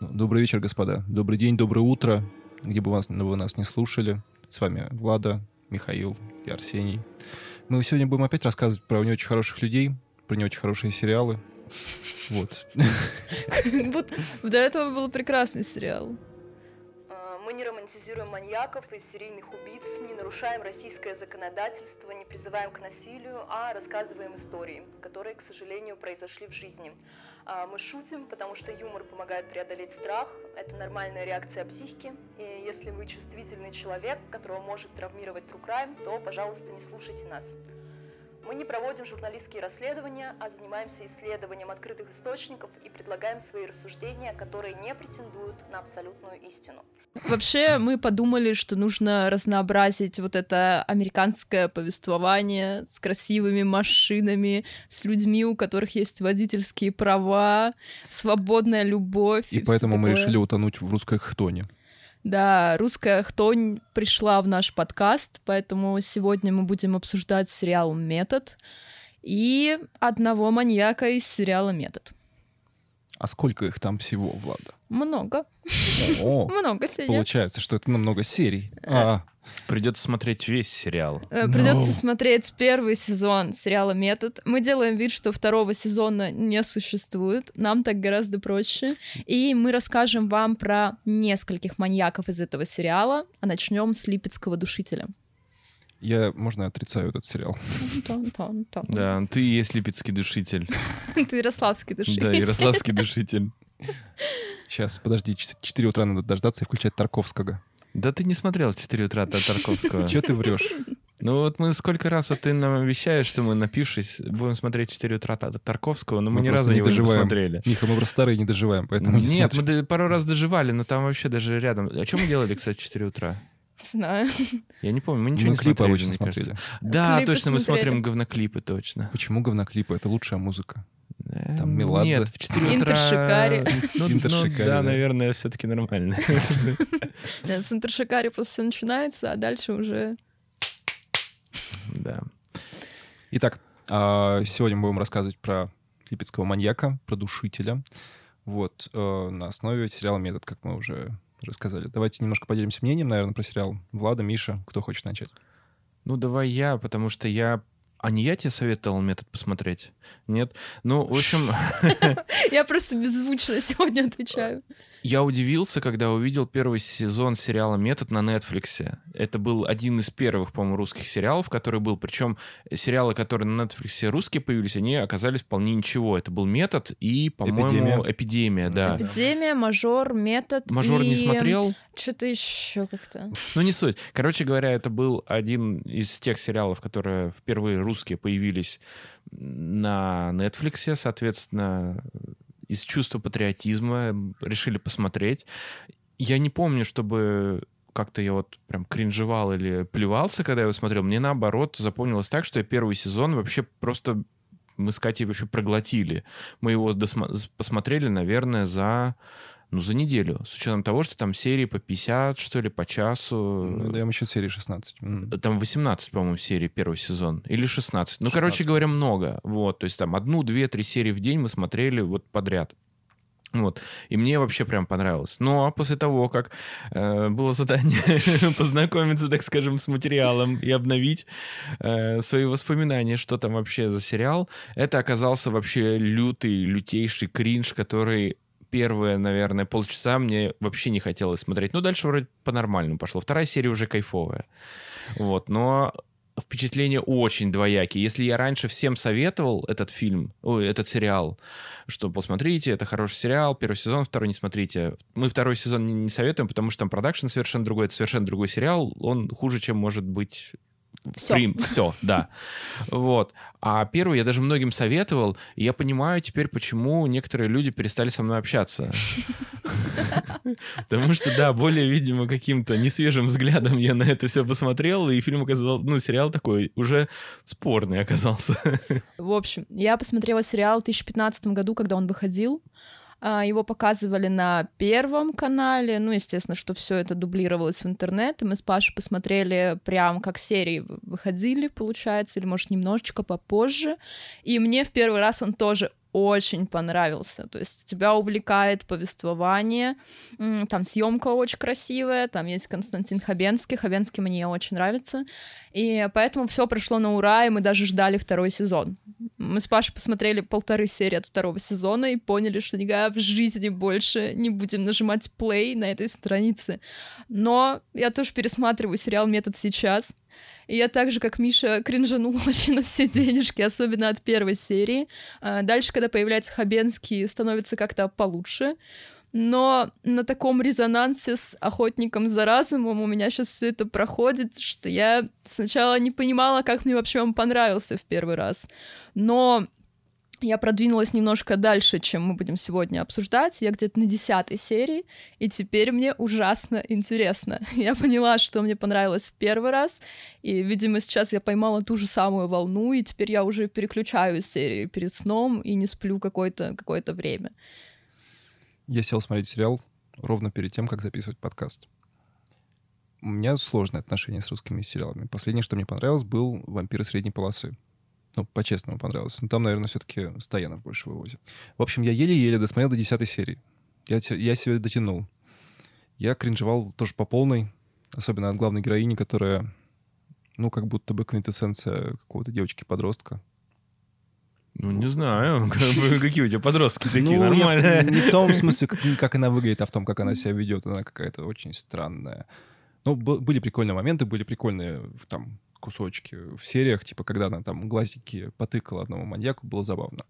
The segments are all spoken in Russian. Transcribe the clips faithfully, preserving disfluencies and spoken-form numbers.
Добрый вечер, господа. Добрый день, доброе утро. Где бы вас, вы нас не слушали. С вами Влада, Михаил и Арсений. Мы сегодня будем опять рассказывать про не очень хороших людей, про не очень хорошие сериалы. Вот. До этого был прекрасный сериал. Мы не романтизируем маньяков и серийных убийц, не нарушаем российское законодательство, не призываем к насилию, а рассказываем истории, которые, к сожалению, произошли в жизни. Мы шутим, потому что юмор помогает преодолеть страх, это нормальная реакция психики, и если вы чувствительный человек, которого может травмировать true crime, то, пожалуйста, не слушайте нас. Мы не проводим журналистские расследования, а занимаемся исследованием открытых источников и предлагаем свои рассуждения, которые не претендуют на абсолютную истину. Вообще, мы подумали, что нужно разнообразить вот это американское повествование с красивыми машинами, с людьми, у которых есть водительские права, свободная любовь. И, и поэтому мы решили утонуть в русской хтоне. Да, русская хтонь пришла в наш подкаст, поэтому сегодня мы будем обсуждать сериал «Метод» и одного маньяка из сериала «Метод». А сколько их там всего, Влада? Много. О, много сегодня. Получается, что это много серий. А. Придется смотреть весь сериал. Придется no. смотреть первый сезон сериала «Метод». Мы делаем вид, что второго сезона не существует. Нам так гораздо проще. И мы расскажем вам про нескольких маньяков из этого сериала. А начнем с Липецкого душителя. Я, можно, отрицаю этот сериал. Да, ты и есть Липецкий душитель. Ты ярославский душитель. Да, ярославский душитель. Сейчас, подожди, четыре утра надо дождаться и включать Тарковского. Да ты не смотрел четыре утра Тарковского. Чего ты врешь? Ну вот мы сколько раз вот ты нам обещаешь, что мы, напившись, будем смотреть четыре утра Тарковского, но мы, мы ни разу не его доживаем. Не посмотрели. Миха, мы просто старые не доживаем, поэтому не Нет, смотрим. мы пару раз доживали, но там вообще даже рядом. А что мы делали, кстати, в четыре утра? Не знаю. Я не помню, мы ничего мы не клипы смотрели, обычно смотрели. Кажется. Да, клипы точно, смотрели. Мы смотрим говноклипы, точно. Почему говноклипы? Это лучшая музыка. Там Меладзе. Нет, в четыре утра... Интершикари. Ну, Интершикари, ну, да, да, наверное, все-таки нормально. С Интершикари просто все начинается, а дальше уже... Да. Итак, сегодня мы будем рассказывать про липецкого маньяка, про душителя. Вот, на основе сериала «Метод», как мы уже рассказали. Давайте немножко поделимся мнением, наверное, про сериал. Влада, Миша, кто хочет начать? Ну, давай я, потому что я... А не я тебе советовал «Метод» посмотреть? Нет? Ну, в общем... Я просто беззвучно сегодня отвечаю. Я удивился, когда увидел первый сезон сериала «Метод» на Netflix. Это был один из первых, по-моему, русских сериалов, который был. Причем сериалы, которые на Netflix русские появились, они оказались вполне ничего. Это был «Метод» и, по-моему, «Эпидемия». «Эпидемия», да. «Эпидемия», «Мажор», «Метод» «Мажор» и... не смотрел? Что-то еще как-то. Ну, не суть. Короче говоря, это был один из тех сериалов, которые впервые русские появились на Netflix, соответственно... из чувства патриотизма решили посмотреть. Я не помню, чтобы как-то я вот прям кринжевал или плевался, когда я его смотрел. Мне, наоборот, запомнилось так, что я первый сезон вообще просто... Мы с Катей вообще проглотили. Мы его досма... посмотрели, наверное, за... Ну, за неделю. С учетом того, что там серии по пятьдесят, что ли, по часу. Ну, даем еще серии шестнадцать. Mm. Там восемнадцать, по-моему, серий первый сезон. Или шестнадцать. Ну, шестнадцать. Короче говоря, много. Вот. То есть там одну, две, три серии в день мы смотрели вот подряд. Вот. И мне вообще прям понравилось. Но после того, как э, было задание познакомиться, так скажем, с материалом и обновить э, свои воспоминания, что там вообще за сериал, это оказался вообще лютый, лютейший кринж, который... Первые, наверное, полчаса мне вообще не хотелось смотреть. Ну, дальше вроде по-нормальному пошло. Вторая серия уже кайфовая. Вот, но впечатления очень двоякие. Если я раньше всем советовал этот фильм, ой, этот сериал, что посмотрите, это хороший сериал, первый сезон, второй не смотрите. Мы второй сезон не, не советуем, потому что там продакшн совершенно другой, это совершенно другой сериал. Он хуже, чем может быть... Все. Прим, все, да. Вот. А первый я даже многим советовал, и я понимаю теперь, почему некоторые люди перестали со мной общаться. Потому что, да, более, видимо, каким-то несвежим взглядом я на это все посмотрел, и фильм оказался, ну, сериал такой уже спорный оказался. В общем, я посмотрела сериал в две тысячи пятнадцатом году, когда он выходил. Его показывали на Первом канале, ну, естественно, что все это дублировалось в интернет, и мы с Пашей посмотрели прям как серии выходили, получается, или, может, немножечко попозже, и мне в первый раз он тоже очень понравился. То есть тебя увлекает повествование, там съемка очень красивая, там есть Константин Хабенский, Хабенский мне очень нравится, и поэтому все прошло на ура, и мы даже ждали второй сезон. Мы с Пашей посмотрели полторы серии от второго сезона и поняли, что никогда в жизни больше не будем нажимать play на этой странице. Но я тоже пересматриваю сериал «Метод» сейчас, и я так же, как Миша, кринжанула очень на все денежки, особенно от первой серии. Дальше, когда появляется Хабенский, становится как-то получше. Но на таком резонансе с «Охотником за разумом» у меня сейчас все это проходит, что я сначала не понимала, как мне вообще он понравился в первый раз. Но я продвинулась немножко дальше, чем мы будем сегодня обсуждать. Я где-то на десятой серии, и теперь мне ужасно интересно. Я поняла, что мне понравилось в первый раз, и, видимо, сейчас я поймала ту же самую волну, и теперь я уже переключаю серии перед сном и не сплю какое-то, какое-то время. Я сел смотреть сериал ровно перед тем, как записывать подкаст. У меня сложные отношения с русскими сериалами. Последнее, что мне понравилось, был «Вампиры средней полосы». Ну, по-честному понравилось. Но там, наверное, все-таки Стоянов больше вывозит. В общем, я еле-еле досмотрел до десятой серии. Я, я себя дотянул. Я кринжевал тоже по полной. Особенно от главной героини, которая, ну, как будто бы квинтэссенция какого-то девочки-подростка. Ну, не знаю, какие у тебя подростки такие, ну, нормальные. Не в том смысле, как, как она выглядит, а в том, как она себя ведет. Она какая-то очень странная. Ну, были прикольные моменты, были прикольные там кусочки в сериях, типа, когда она там глазики потыкала одному маньяку, было забавно.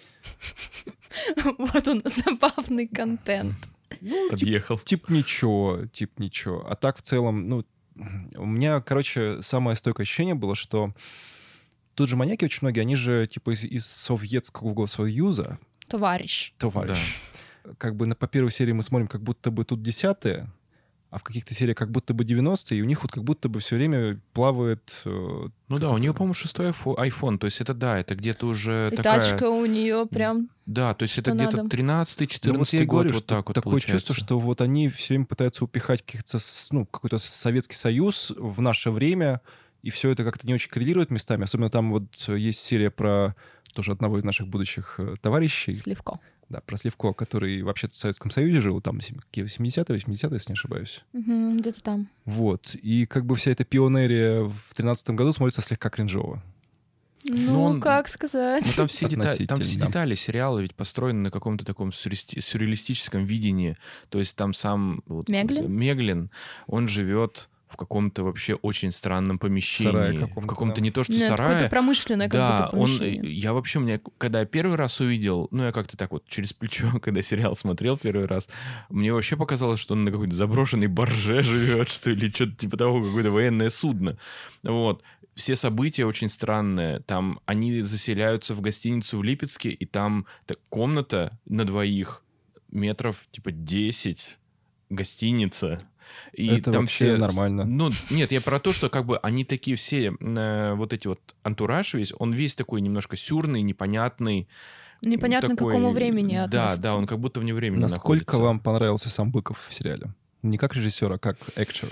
Вот он, забавный контент. Подъехал. Тип ничего, тип ничего. А так в целом, ну, у меня, короче, самое стойкое ощущение было, что тут же маньяки очень многие, они же типа из, из Советского Союза. Товарищ. Товарищ. Да. Как бы на, по первой серии мы смотрим, как будто бы тут десятые, а в каких-то сериях как будто бы девяностые, и у них вот как будто бы все время плавает... Э, ну да, у нее, по-моему, шестой iPhone, то есть это да, это где-то уже и такая... тачка у нее прям... Да, то есть это где-то тринадцатый четырнадцатый ну, вот год, говорю, вот так вот такое получается. чувство, что вот они все время пытаются упихать каких-то, ну, какой-то Советский Союз в наше время, и все это как-то не очень коррелирует местами. Особенно там вот есть серия про тоже одного из наших будущих товарищей. Сливко. Да, про Сливко, который вообще-то в Советском Союзе жил, там семидесятые, восьмидесятые, если не ошибаюсь. Угу, где-то там. Вот. И как бы вся эта пионерия в тринадцатом году смотрится слегка кринжово. Ну, он, как сказать. Ну, там все, детали, там все детали сериала ведь построены на каком-то таком сюрреалистическом видении. То есть там сам вот, Меглин? Меглин, он живет в каком-то вообще очень странном помещении. Сарае каком-то, в каком-то да. не то, что Нет, сарае. какое-то промышленное как да, будто помещение. Он, я вообще, мне, когда я первый раз увидел, ну, я как-то так вот через плечо, когда сериал смотрел первый раз, мне вообще показалось, что он на какой-то заброшенной барже живет, что ли, что-то типа того, какое-то военное судно. Вот. Все события очень странные. Там они заселяются в гостиницу в Липецке, и там так, комната на двоих метров типа десять, гостиница. И это там вообще все нормально. Ну, нет, я про то, что как бы они такие все, э, вот эти вот антураж весь, он весь такой немножко сюрный, непонятный. Непонятно, такой, к какому времени да, относится. Да, да, он как будто вне времени Насколько находится. вам понравился сам Быков в сериале? Не как режиссер, а как актер?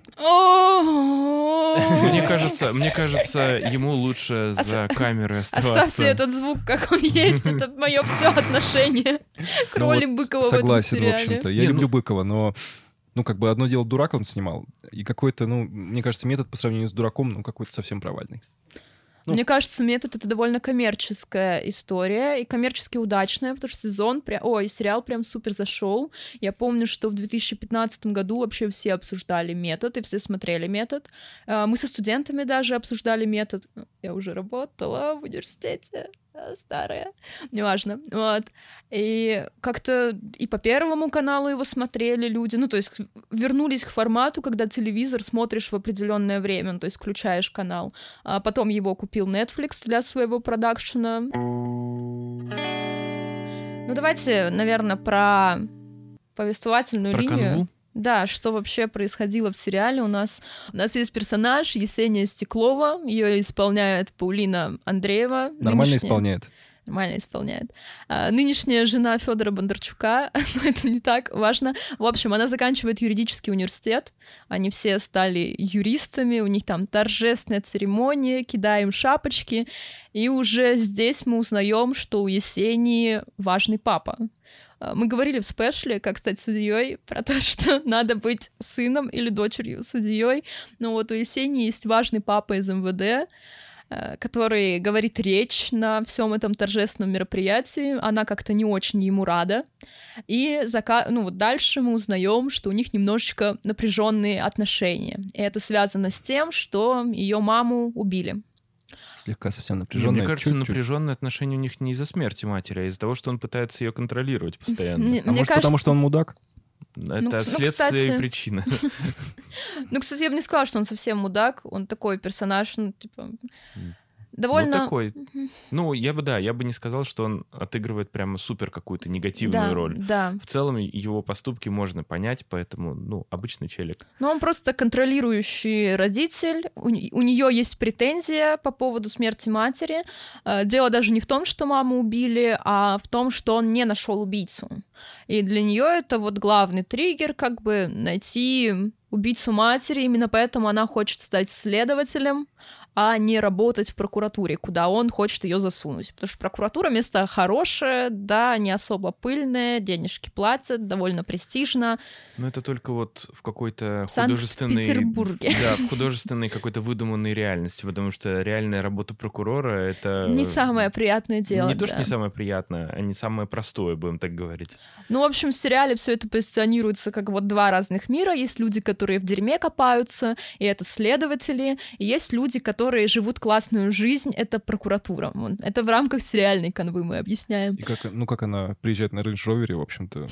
Мне кажется, мне кажется, ему лучше за камерой оставаться. Оставьте этот звук, как он есть. Это мое все отношение к роли Быкова в этом согласен, сериале. в общем-то. Я люблю Быкова, но... Ну, как бы одно дело дурак он снимал, и какой-то, ну, мне кажется, метод по сравнению с дураком, ну, какой-то совсем провальный. Ну, Мне кажется, метод — это довольно коммерческая история, и коммерчески удачная, потому что сезон, прям, ой, сериал прям супер зашел. Я помню, что в две тысячи пятнадцатом году вообще все обсуждали метод, и все смотрели метод. Мы со студентами даже обсуждали метод. Я уже работала в университете, старая, неважно, вот. И как-то и по Первому каналу его смотрели люди, ну, то есть вернулись к формату, когда телевизор смотришь в определенное время, ну, то есть включаешь канал. А потом его купил Netflix для своего продакшена. Ну, давайте, наверное, про повествовательную про линию. канву? Да, что вообще происходило в сериале. У нас, у нас есть персонаж Есения Стеклова, ее исполняет Паулина Андреева. Нормально нынешняя. исполняет? Нормально исполняет. А, нынешняя жена Федора Бондарчука, но это не так важно. В общем, она заканчивает юридический университет. Они все стали юристами, у них там торжественная церемония, кидаем шапочки. И уже здесь мы узнаем, что у Есении важный папа. Мы говорили в спешле, как стать судьей, про то, что надо быть сыном или дочерью судьей. Но вот у Есении есть важный папа из эм вэ дэ, который говорит речь на всем этом торжественном мероприятии. Она как-то не очень ему рада. И зака... ну, вот дальше мы узнаем, что у них немножечко напряженные отношения. И это связано с тем, что ее маму убили. Слегка совсем напряженные. Мне кажется, чуть-чуть. напряженные отношения у них не из-за смерти матери, а из-за того, что он пытается ее контролировать постоянно. Мне, А мне может, кажется... потому что он мудак? Это ну, следствие кстати... и причина. Ну, кстати, я бы не сказала, что он совсем мудак. Он такой персонаж, ну, типа... Довольно... Ну, такой. Ну, я бы, да, я бы не сказал, что он отыгрывает прямо супер какую-то негативную да, роль. Да. В целом его поступки можно понять, поэтому, ну, обычный челик. Ну, он просто контролирующий родитель. У, у нее есть претензия по поводу смерти матери. Дело даже не в том, что маму убили, а в том, что он не нашел убийцу. И для нее это вот главный триггер, как бы найти убийцу матери. Именно поэтому она хочет стать следователем, а не работать в прокуратуре, куда он хочет ее засунуть. Потому что прокуратура место хорошее, да, не особо пыльное, денежки платят, довольно престижно. Но это только вот в какой-то в художественной... Санкт-Петербурге. Да, в художественной какой-то выдуманной реальности, потому что реальная работа прокурора — это... Не самое приятное дело, Не то, да. что не самое приятное, а не самое простое, будем так говорить. Ну, в общем, в сериале все это позиционируется как вот два разных мира. Есть люди, которые в дерьме копаются, и это следователи, и есть люди, которые которые живут классную жизнь, это прокуратура. Это в рамках сериальной канвы мы объясняем. И как, ну, как она приезжает на Range Rover, в общем-то,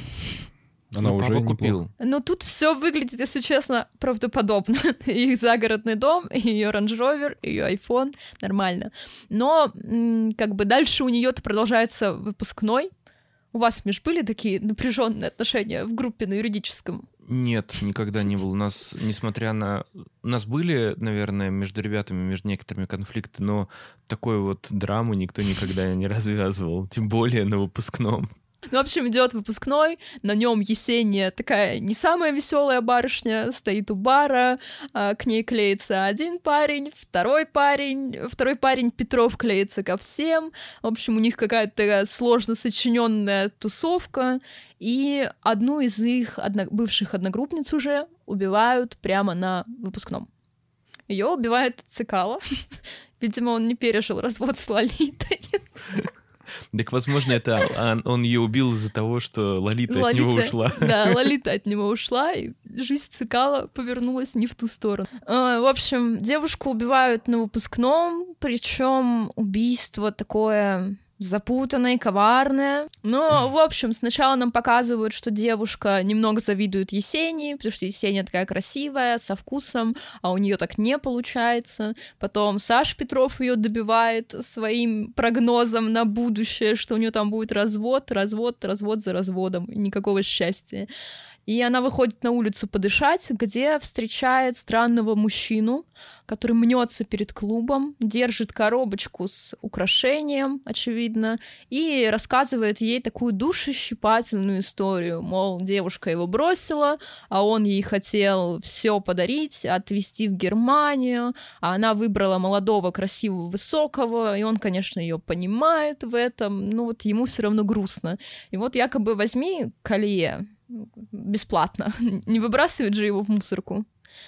она ну, уже папа купил. Но тут все выглядит, если честно, правдоподобно. Их загородный дом, ее Range Rover, ее iPhone, нормально. Но как бы дальше у нее-то продолжается выпускной. У вас, Миш, были такие напряженные отношения в группе на юридическом? Нет, никогда не было. У нас, несмотря на... У нас были, наверное, между ребятами, между некоторыми конфликты, но такой вот драмы никто никогда не развязывал, тем более на выпускном. Ну, в общем, идет выпускной, на нем Есения такая не самая веселая барышня, стоит у бара, к ней клеится один парень, второй парень, второй парень Петров клеится ко всем. В общем, у них какая-то сложно сочиненная тусовка, и одну из их одно... бывших одногруппниц уже убивают прямо на выпускном. Ее убивает Цикало. Видимо, он не пережил развод с Лолитой. Так, возможно, это он ее убил из-за того, что Лолита, Лолита от него ушла. Да, Лолита от него ушла, и жизнь Цикало повернулась не в ту сторону. В общем, девушку убивают на выпускном, причем убийство такое запутанное, коварное. Но, в общем, сначала нам показывают, что девушка немного завидует Есении, потому что Есения такая красивая, со вкусом, а у нее так не получается. Потом Саша Петров ее добивает своим прогнозом на будущее, что у нее там будет развод, развод, развод за разводом, никакого счастья. И она выходит на улицу подышать, где встречает странного мужчину, который мнется перед клубом, держит коробочку с украшением, очевидно, и рассказывает ей такую душещипательную историю. Мол, девушка его бросила, а он ей хотел все подарить, отвезти в Германию, а она выбрала молодого, красивого, высокого, и он, конечно, ее понимает в этом, но вот ему все равно грустно. И вот якобы возьми колье, бесплатно. Не выбрасывает же его в мусорку.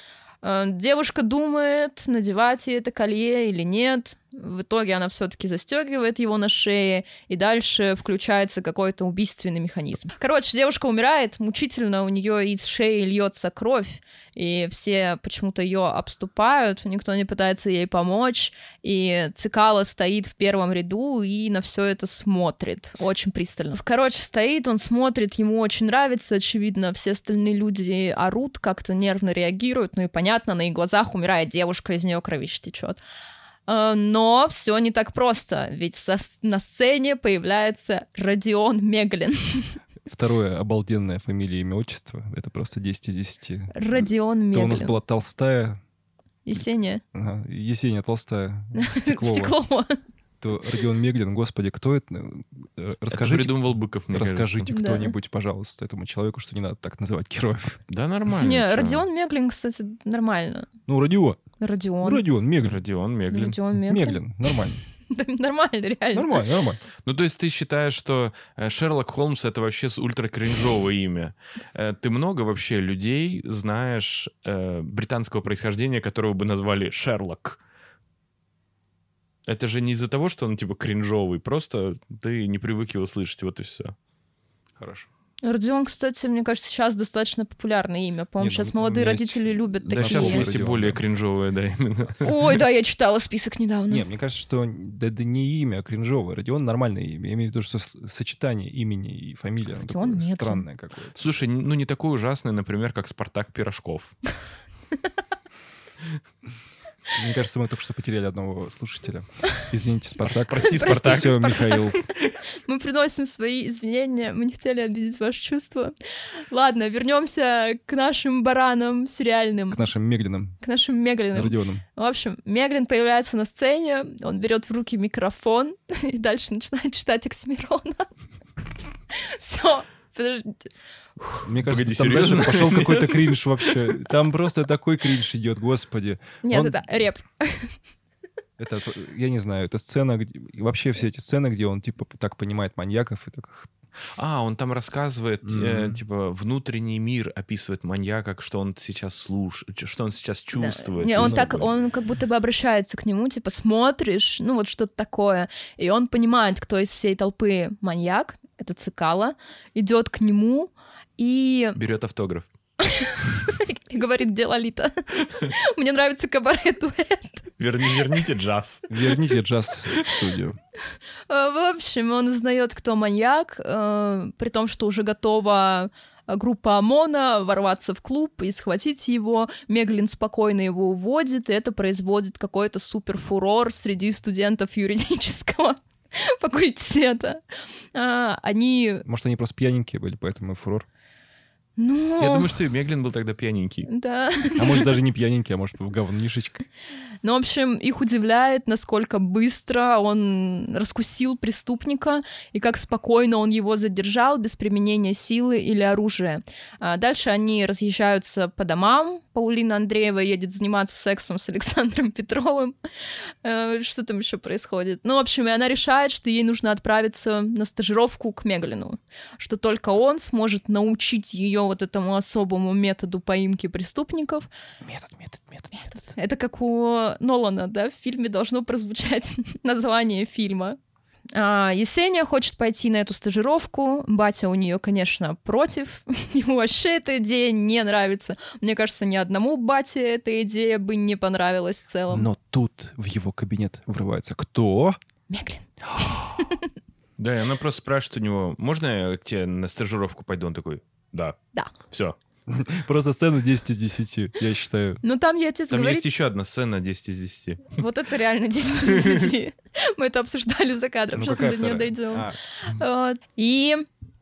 Девушка думает, надевать ей это колье или нет. В итоге она все-таки застегивает его на шее, и дальше включается какой-то убийственный механизм. Короче, девушка умирает, мучительно, у нее из шеи льется кровь, и все почему-то ее обступают, никто не пытается ей помочь, и Цикало стоит в первом ряду и на все это смотрит очень пристально. Короче, стоит, он смотрит, ему очень нравится, очевидно, все остальные люди орут, как-то нервно реагируют, ну и понятно, на их глазах умирает девушка, из нее кровище течет. Но все не так просто, ведь со, на сцене появляется Родион Меглин. Второе обалденное фамилия, имя, отчество. Это просто десять из десяти. Родион Меглин. То у нас была Толстая. Есения. Ага, Есения Толстая. Стеклова. Стеклова. кто Родион Меглин, господи, кто это? Расскажите, Это придумывал Быков, мне расскажите кажется. кто-нибудь, пожалуйста, этому человеку, что не надо так называть героев. кажется. Да, нормально. Не, чё. Родион Меглин, кстати, нормально. Ну, Родион. Родион. Родион Меглин. Родион Меглин. Родион Меглин. Меглин, нормально. Да, нормально, реально. Нормально, нормально. Ну, то есть ты считаешь, что э, Шерлок Холмс — это вообще с ультра-кринжовое имя. Э, ты много вообще людей знаешь э, британского происхождения, которого бы назвали Шерлок? Это же не из-за того, что он типа кринжовый, просто ты не привык его слышать, вот и все. Хорошо. Родион, кстати, мне кажется, сейчас достаточно популярное имя. По-моему, Не, ну, сейчас у молодые меня есть- родители любят Да, такие. сейчас есть и Родион, более да. кринжовые, да, именно. Ой, да, я читала список недавно. Не, мне кажется, что да, да не имя, а кринжовое. Родион — нормальное имя. Я имею в виду, что с- сочетание имени и фамилии оно Родион такое Меглин. странное какое-то. Слушай, ну не такой ужасный, например, как Спартак Пирожков. Мне кажется, мы только что потеряли одного слушателя. Извините, Спартак. Прости, Спартак. Всё, Михаил. Мы приносим свои извинения, мы не хотели обидеть ваши чувства. Ладно, вернемся к нашим баранам сериальным, К нашим Меглинам, к нашим Меглинам. Родионам. В общем, Меглин появляется на сцене, он берет в руки микрофон и дальше начинает читать Оксимирона. Все, подождите. Мне кажется, Погоди, там серьезно? дальше пошел какой-то кринж вообще. Там просто такой кринж идет, господи. Нет, Он- это реп. Это, я не знаю, это сцена, где... и вообще все эти сцены, где он, типа, так понимает маньяков и так... А, он там рассказывает, э, Мгм. типа, внутренний мир описывает маньяка, что он сейчас слушает, что он сейчас Да. чувствует. Не, он И- так, он как будто бы обращается к нему, типа, смотришь, ну вот что-то такое, и он понимает, кто из всей толпы маньяк, это Цикало, идет к нему и, Берет автограф. и говорит: «Где Лолита?» Мне нравится кабаре-дуэт. Верни, верните джаз. Верните джаз в студию. Э, В общем, он узнает, кто маньяк, э, при том, что уже готова группа ОМОНа ворваться в клуб и схватить его. Меглин спокойно его уводит, и это производит какой-то супер фурор среди студентов юридического факультета. А, Они... Может, они просто пьяненькие были, поэтому и фурор. Ну... Я думаю, что и Меглин был тогда пьяненький. Да. А может, даже не пьяненький, а может, в говнишечка. Ну, в общем, их удивляет, насколько быстро он раскусил преступника и как спокойно он его задержал без применения силы или оружия. А дальше они разъезжаются по домам. Паулина Андреева едет заниматься сексом с Александром Петровым. Э, Что там еще происходит? Ну, в общем, и она решает, что ей нужно отправиться на стажировку к Меглину, что только он сможет научить ее вот этому особому методу поимки преступников. Метод, метод, метод, метод. Это как у Нолана, да, в фильме должно прозвучать название фильма. А, Есения хочет пойти на эту стажировку. Батя у нее, конечно, против. Ему вообще эта идея не нравится. Мне кажется, ни одному бате эта идея бы не понравилась в целом. Но тут в его кабинет врывается кто? Меглин. Да, и она просто спрашивает у него, можно я к тебе на стажировку пойду? Он такой, да. Да. Все. Просто сцена десять из десяти, я считаю. Ну там я отец Там говорит, есть еще одна сцена десять из десяти. вот это реально десять из десяти. Мы это обсуждали за кадром, Ну, сейчас мы какая до нее вторая? дойдем. А, Вот. И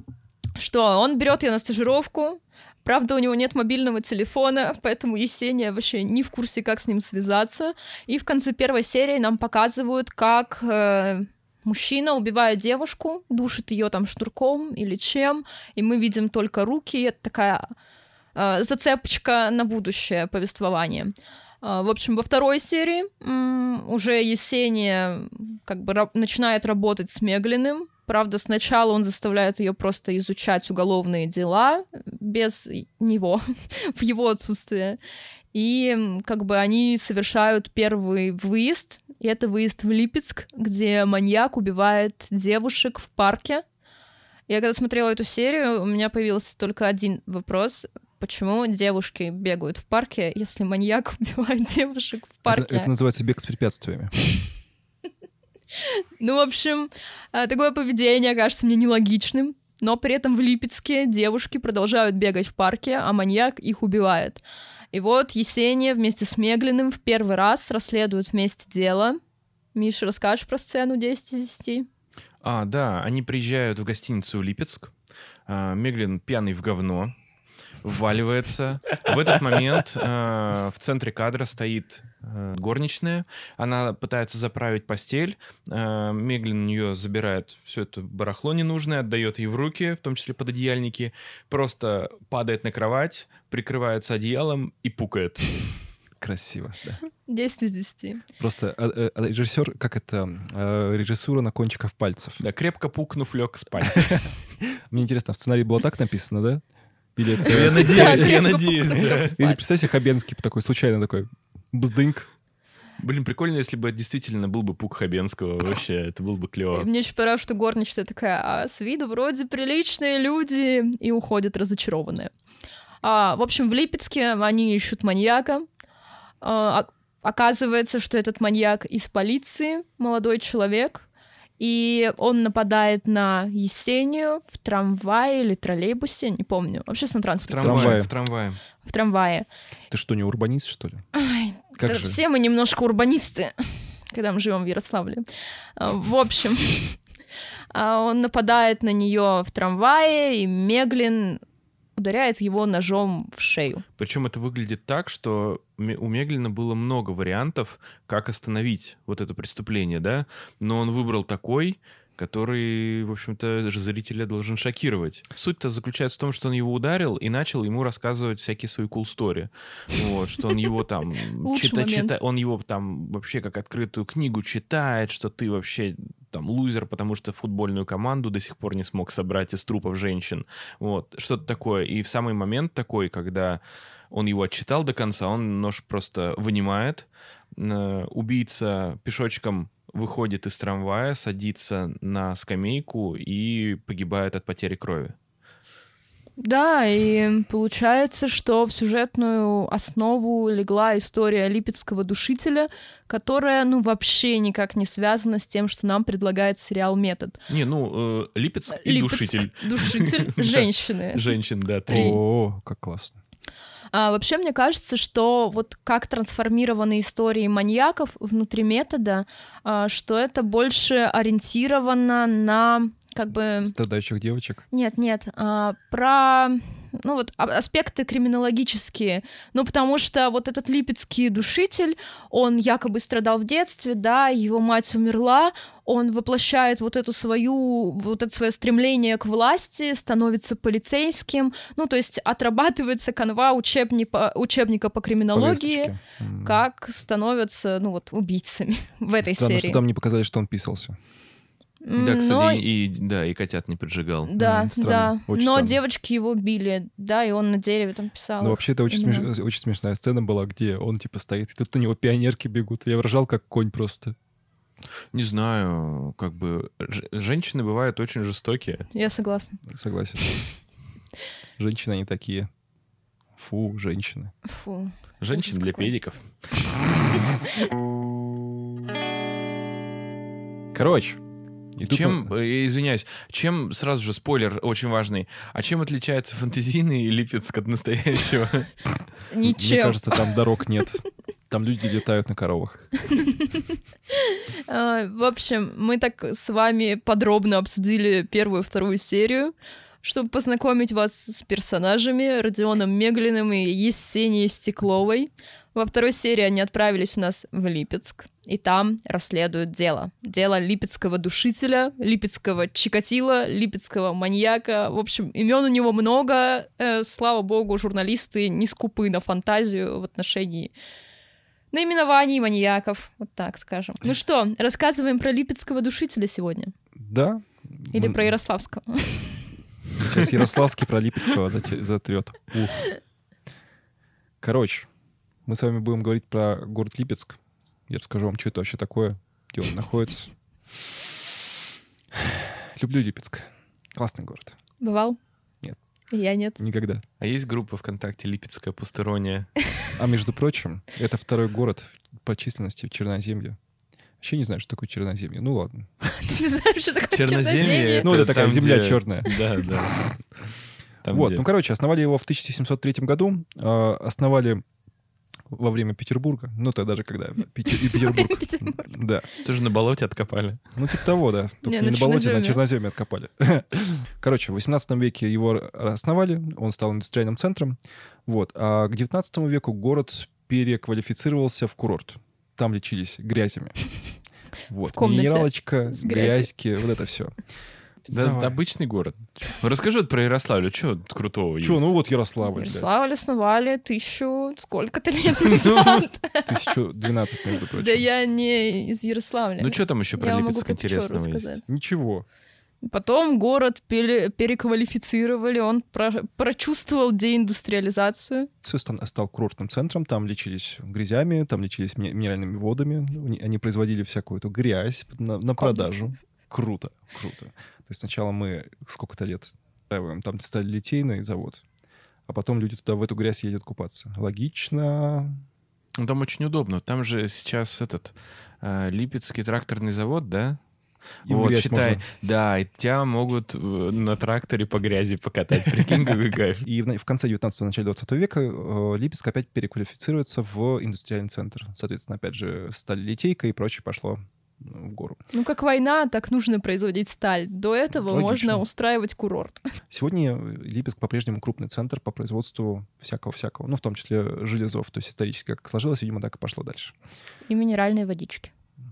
что, он берет ее на стажировку. Правда, у него нет мобильного телефона, поэтому Есения вообще не в курсе, как с ним связаться. И в конце первой серии нам показывают, как э, мужчина убивает девушку, душит ее там штурком или чем, и мы видим только руки. Это такая э, зацепочка на будущее повествование. В общем, во второй серии м, уже Есения как бы ра- начинает работать с Меглиным. Правда, сначала он заставляет ее просто изучать уголовные дела без него, в его отсутствие. И м, как бы они совершают первый выезд, и это выезд в Липецк, где маньяк убивает девушек в парке. Я когда смотрела эту серию, у меня появился только один вопрос. Почему девушки бегают в парке, если маньяк убивает девушек в парке? это, это называется бег с препятствиями. Ну, в общем, а, такое поведение кажется мне нелогичным, но при этом в Липецке девушки продолжают бегать в парке, а маньяк их убивает. И вот Есения вместе с Меглиным в первый раз расследуют вместе дело. Миша, расскажешь про сцену десять из десяти? А, да, они приезжают в гостиницу в Липецк. А, Меглин пьяный в говно. вваливается. В этот момент э, в центре кадра стоит э, горничная. Она пытается заправить постель. Э, Меглин у нее забирает все это барахло ненужное, отдает ей в руки, в том числе пододеяльники. Просто падает на кровать, прикрывается одеялом и пукает. Красиво, да. десять из десяти. Просто а, а, режиссер, как это, а, режиссура на кончиках пальцев. Да, крепко пукнув, лег спать. Мне интересно, в сценарии было так написано, да? Или это... Я надеюсь, я надеюсь, да. Или, представьте, Хабенский такой, случайно такой, бздыньк. Блин, прикольно, если бы действительно был бы пук Хабенского. Вообще, это было бы клево. Мне очень понравилось, что горничная такая, а с виду вроде приличные люди, и уходят разочарованные. А, в общем, в Липецке они ищут маньяка. А, оказывается, что этот маньяк из полиции, молодой человек, и он нападает на Есению в трамвае или троллейбусе, не помню. В общественном В транспорте. трамвае. В трамвае. В трамвае. Ты что, не урбанист, что ли? Ай, Как да же? все мы немножко урбанисты, когда мы живем в Ярославле. А, В общем, а, он нападает на нее в трамвае, и Меглин ударяет его ножом в шею. Причем это выглядит так, что Ме- у Меглина было много вариантов, как остановить вот это преступление, да? Но он выбрал такой, который, в общем-то, ж- зрителя должен шокировать. Суть-то заключается в том, что он его ударил и начал ему рассказывать всякие свои cool story. Вот, что он его там... Лучший чита- момент. чита- Он его там вообще как открытую книгу читает, что ты вообще там лузер, потому что футбольную команду до сих пор не смог собрать из трупов женщин. Вот, что-то такое. И в самый момент такой, когда он его отчитал до конца, он нож просто вынимает, э, убийца пешочком выходит из трамвая, садится на скамейку и погибает от потери крови. Да, и получается, что в сюжетную основу легла история липецкого душителя, которая, ну, вообще никак не связана с тем, что нам предлагает сериал «Метод». Не, ну, э, Липецк и Липецк, душитель. Душитель Да. женщины. Женщин, да, три. О, как классно. А, вообще, мне кажется, что вот как трансформированы истории маньяков внутри «Метода», а, что это больше ориентировано на как бы... Страдающих девочек. Нет, нет, а, про, ну вот, а- аспекты криминологические, ну, потому что вот этот липецкий душитель, он якобы страдал в детстве, да, его мать умерла, он воплощает вот эту свою, вот это свое стремление к власти, становится полицейским, ну, то есть отрабатывается канва учебника, учебника по криминологии, Повесточки. М. как становятся, ну, вот, убийцами в этой Странно, серии. что там не показали, что он писался. Да, М, кстати, но- и, и- да, и котят не поджигал. Да, М, странно, да. очень Но странно. девочки его били, да, и он на дереве там писал. Ну, вообще, это очень, имена. смеш- очень смешная сцена была, где он, типа, стоит, и тут у него пионерки бегут. Я ржал, как конь просто. Не знаю, как бы... ж- женщины бывают очень жестокие. Я согласна. Согласен. Женщины, они такие. Фу, женщины. Фу. Женщин Ужас для какой. педиков. Короче. и тут Чем, он- э, извиняюсь, чем, сразу же спойлер очень важный, а чем отличается фэнтезийный Липецк от настоящего? Мне Ничем. кажется, там дорог нет. Там люди летают на коровах. А, В общем, мы так с вами подробно обсудили первую и вторую серию, чтобы познакомить вас с персонажами Родионом Меглиным и Есенией Стекловой. Во второй серии они отправились у нас в Липецк, и там расследуют дело. Дело липецкого душителя, липецкого чикатила, липецкого маньяка. В общем, имен у него много. Э, слава богу, журналисты не скупы на фантазию в отношении наименований маньяков, вот так скажем. Ну что, рассказываем про липецкого душителя сегодня? Да. Или Мы- про Ярославского? Сейчас Ярославский про Липецкого зате- затрет. Ух. Короче, мы с вами будем говорить про город Липецк. Я расскажу вам, что это вообще такое, где он находится. Люблю Липецк. Классный город. Бывал? Нет. Я нет. Никогда. А есть группа ВКонтакте «Липецкая пустерония»? А между прочим, это второй город по численности в Черноземье. Вообще не знаю, что такое Черноземье. Ну ладно. Ты не знаешь, что такое Черноземье? черноземье? Ну, это такая там, земля где- черная. Да, да. Там, Вот, где- ну, короче, основали его в тысяча семьсот третьем году. э, Основали во время Петербурга. Ну, тогда же, когда Питер, и Петербург. Петербург. Да. Тоже на болоте откопали. Ну, типа того, да. Только Не, не на на болоте, черноземе. на черноземе откопали. Короче, в восемнадцатом веке его основали, он стал индустриальным центром. Вот. А к девятнадцатому веку город переквалифицировался в курорт. Там лечились грязями. Вот. В комнате Минералочка, с грязью. грязьки, вот это все. Да, Давай. обычный город. Расскажи вот про Ярославль, что крутого есть? Че, ну вот Ярославль, блядь. Ярославль основали тысячу сколько-то лет назад. тысяча двенадцать, между прочим. Да я не из Ярославля. Ну что там еще про Я могу Липецк про Печору интересного рассказать. есть? Ничего. Потом город пере- переквалифицировали, он про- прочувствовал деиндустриализацию. Все стал курортным центром, там лечились грязями, там лечились ми- минеральными водами, Они- они производили всякую эту грязь на, на продажу. Круто, круто. То есть сначала мы сколько-то лет устраиваем, там стали литейный завод, а потом люди туда в эту грязь едут купаться. Логично. Ну, там очень удобно. Там же сейчас этот э, Липецкий тракторный завод, да? И в вот, грязь считай, можно. да, и тебя могут э, на тракторе по грязи покатать. Прикинь, какой кайф. И в, на- в конце девятнадцатого, начале двадцатого века э, Липецк опять переквалифицируется в индустриальный центр. Соответственно, опять же, сталь литейка и прочее пошло ну, в гору. Ну, как война, так нужно производить сталь. До этого Логично. можно устраивать курорт. Сегодня Липецк по-прежнему крупный центр по производству всякого-всякого, ну, в том числе железов. То есть исторически как сложилось, видимо, так и пошло дальше. И минеральные водички.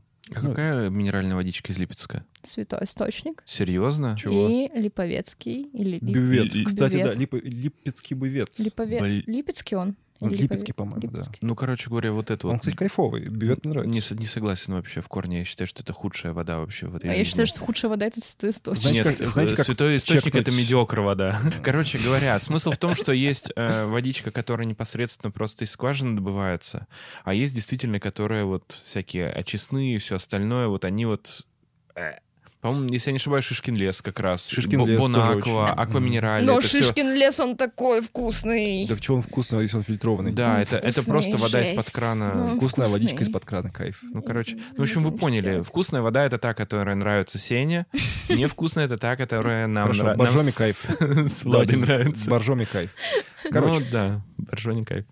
А какая минеральная водичка из Липецка? Святой источник. Серьезно? Чего? И Липовецкий. Или Лип- Бювет. Ли- Кстати, бювет. да, лип- липецкий бювет. Липове- Бли- Липецкий он? Он Или липецкий, Липове- по-моему, да. Липецкий. Ну, короче говоря, вот это Он, вот... кстати, кайфовый. Бювет мне нравится. Не, с- не согласен вообще в корне. Я считаю, что это худшая вода вообще в этой А я жизни. считаю, что худшая вода — это святой источник. Знаете, Нет, как- знаете, э, как святой источник — это черпнуть? медиокр вода. Короче говоря, смысл в том, что есть э, водичка, которая непосредственно просто из скважины добывается, а есть действительно, которая вот всякие очистные и все остальное, вот они вот... э, По-моему, если я не ошибаюсь, Шишкин лес как раз. Шишкин Бо- лес тоже Бонаква, очень. Аква Мгм. Минерале. Но это всё- Шишкин лес, он такой вкусный. Так что он вкусный, если он фильтрованный? Да, Он это, это вкусный, просто вода жесть. из-под крана. Ну, Вкусная вкусный. водичка из-под крана, кайф. Ну, короче, ну, в общем, вы Ничего поняли. сделать. Вкусная вода — это та, которая нравится Сене. Невкусная — это та, которая нам Хорошо, нра- нам боржоми с- кайф. С Владей Давайте нравится. Боржоми кайф. Ну, Короче, да, боржоми кайф.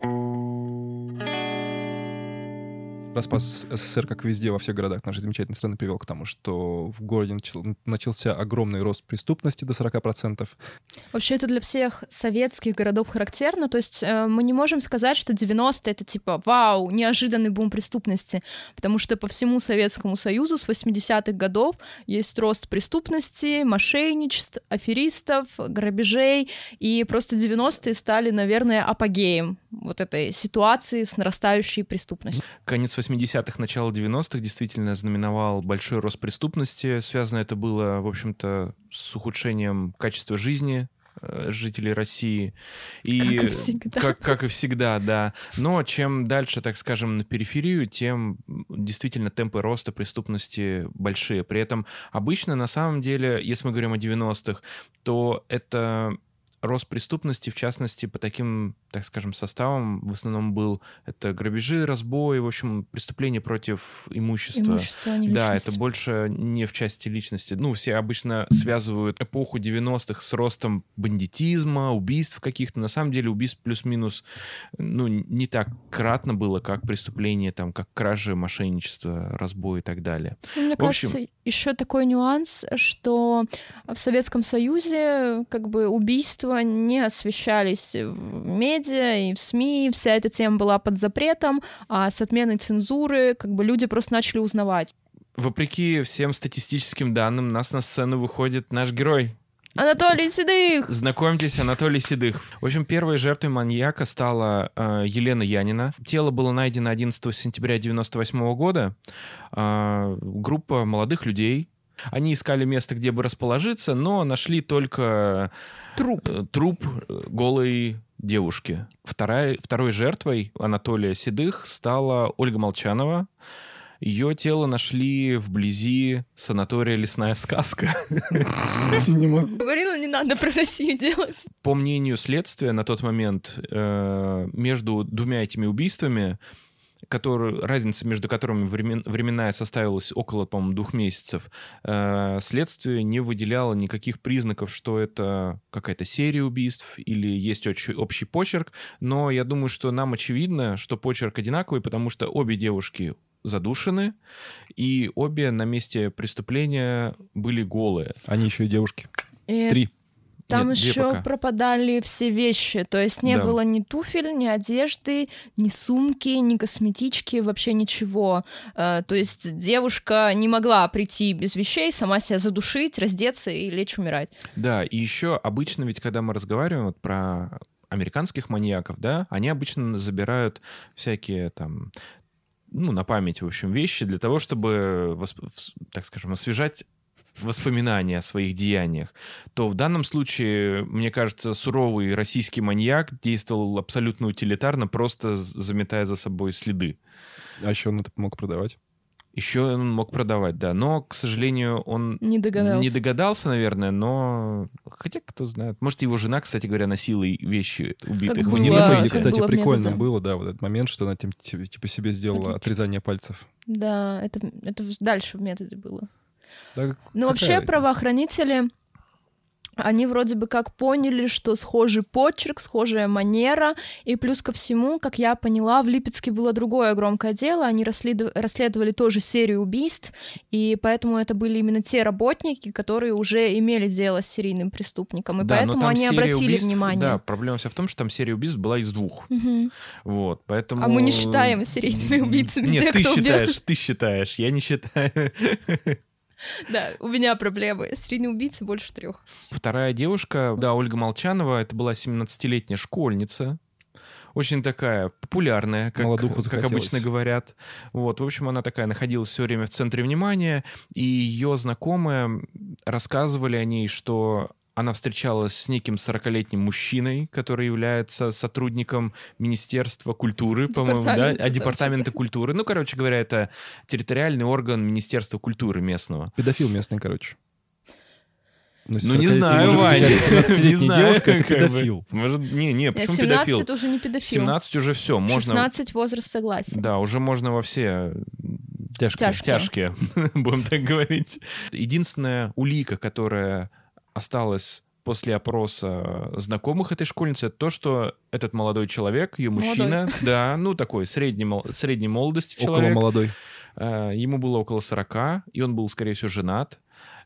распад СССР, как везде, во всех городах нашей замечательной страны, привел к тому, что в городе начал- начался огромный рост преступности до сорок процентов. Вообще это для всех советских городов характерно, то есть э, мы не можем сказать, что девяностые — это типа вау, неожиданный бум преступности, потому что по всему Советскому Союзу с восьмидесятых годов есть рост преступности, мошенничеств, аферистов, грабежей, и просто девяностые стали, наверное, апогеем вот этой ситуации с нарастающей преступностью. Конец восьмидесятых, начало девяностых действительно знаменовал большой рост преступности. Связано это было, в общем-то, с ухудшением качества жизни э, жителей России. И, Как и всегда. Как, как и всегда, да. Но чем дальше, так скажем, на периферию, тем действительно темпы роста преступности большие. При этом обычно, на самом деле, если мы говорим о девяностых, то это рост преступности, в частности, по таким, так скажем, составам в основном был это грабежи, разбои, в общем, преступления против имущества. Имущество, а не Да, личность. это больше не в части личности. Ну, все обычно связывают эпоху девяностых с ростом бандитизма, убийств каких-то. На самом деле убийств плюс-минус, ну, не так кратно было, как преступления, там, как кражи, мошенничество, разбой и так далее. Ну, мне В общем- кажется, еще такой нюанс, что в Советском Союзе как бы убийства не освещались в медиа и в СМИ, вся эта тема была под запретом, а с отменой цензуры как бы люди просто начали узнавать. Вопреки всем статистическим данным, у нас на сцену выходит наш герой. Анатолий Седых! Знакомьтесь, Анатолий Седых. В общем, первой жертвой маньяка стала э, Елена Янина. Тело было найдено одиннадцатого сентября девяносто восьмого года. Э, группа молодых людей. Они искали место, где бы расположиться, но нашли только Труп. э, труп э, голой девушки. Вторая, второй жертвой Анатолия Седых стала Ольга Молчанова. Ее тело нашли вблизи санатория «Лесная сказка». Не могу. Говорила, не надо про Россию делать. По мнению следствия, на тот момент э, между двумя этими убийствами который, разница между которыми времен, временная составилась около, по-моему, двух месяцев, э, следствие не выделяло никаких признаков, что это какая-то серия убийств или есть общий, общий почерк, но я думаю, что нам очевидно, что почерк одинаковый, потому что обе девушки задушены, и обе на месте преступления были голые. Они еще и девушки. И Три. там Нет, две еще пока. пропадали все вещи, то есть не Да. было ни туфель, ни одежды, ни сумки, ни косметички, вообще ничего. Э, То есть девушка не могла прийти без вещей, сама себя задушить, раздеться и лечь умирать. Да, и еще обычно ведь, когда мы разговариваем вот про американских маньяков, да, они обычно забирают всякие там, ну, на память, в общем, вещи для того, чтобы, восп- вс- так скажем, освежать воспоминания о своих деяниях, то в данном случае, мне кажется, суровый российский маньяк действовал абсолютно утилитарно, просто з- заметая за собой следы. А еще он это мог продавать. Еще он мог продавать, да, но, к сожалению, он Не догадался. не догадался, наверное, но... Хотя, кто знает. Может, его жена, кстати говоря, носила и вещи убитых. Как В было, Ниномеде, как кстати, было в прикольно методе. было, да, вот этот момент, что она тем- типа типа себе сделала Отлично. отрезание пальцев. Да, это, это в- дальше в методе было. Да, Ну, какая вообще, разница? правоохранители, они вроде бы как поняли, что схожий почерк, схожая манера, и плюс ко всему, как я поняла, в Липецке было другое громкое дело, они расследов- расследовали тоже серию убийств, и поэтому это были именно те работники, которые уже имели дело с серийным преступником, и Да, но поэтому там они серия обратили убийств- внимание. Да, проблема вся в том, что там серия убийств была из двух. Мгм. Вот, поэтому... А мы не считаем серийными убийцами Нет, тех, ты кто убил. считаешь, ты считаешь, я не считаю. Да, у меня проблемы. Серийные убийцы больше трех. Вторая девушка, да, Ольга Молчанова, это была семнадцатилетняя школьница. Очень такая популярная, как, Молодуху как захотелось. обычно говорят. Вот, в общем, она такая находилась все время в центре внимания, и ее знакомые рассказывали о ней, что она встречалась с неким сорокалетним мужчиной, который является сотрудником Министерства культуры, по-моему, да, Департамента, а да, департамента культуры. Ну, короче говоря, это территориальный орган Министерства культуры местного. Педофил местный, короче. Ну, не сорокалетняя знаю, уже Ваня. семнадцатилетняя Не знаю, девушка — это как бы. педофил. Может, не, не, Нет, почему семнадцать педофил? это уже не педофил. семнадцать уже все, можно... шестнадцать возраст согласия. Да, уже можно во все Тяжко. Тяжко. тяжкие, будем так говорить. Единственная улика, которая осталась после опроса знакомых этой школьницы, это то, что этот молодой человек, ее мужчина, Молодой. да, ну такой средней, мол- средней молодости Около человек, молодой. э, ему было около сорока, и он был, скорее всего, женат,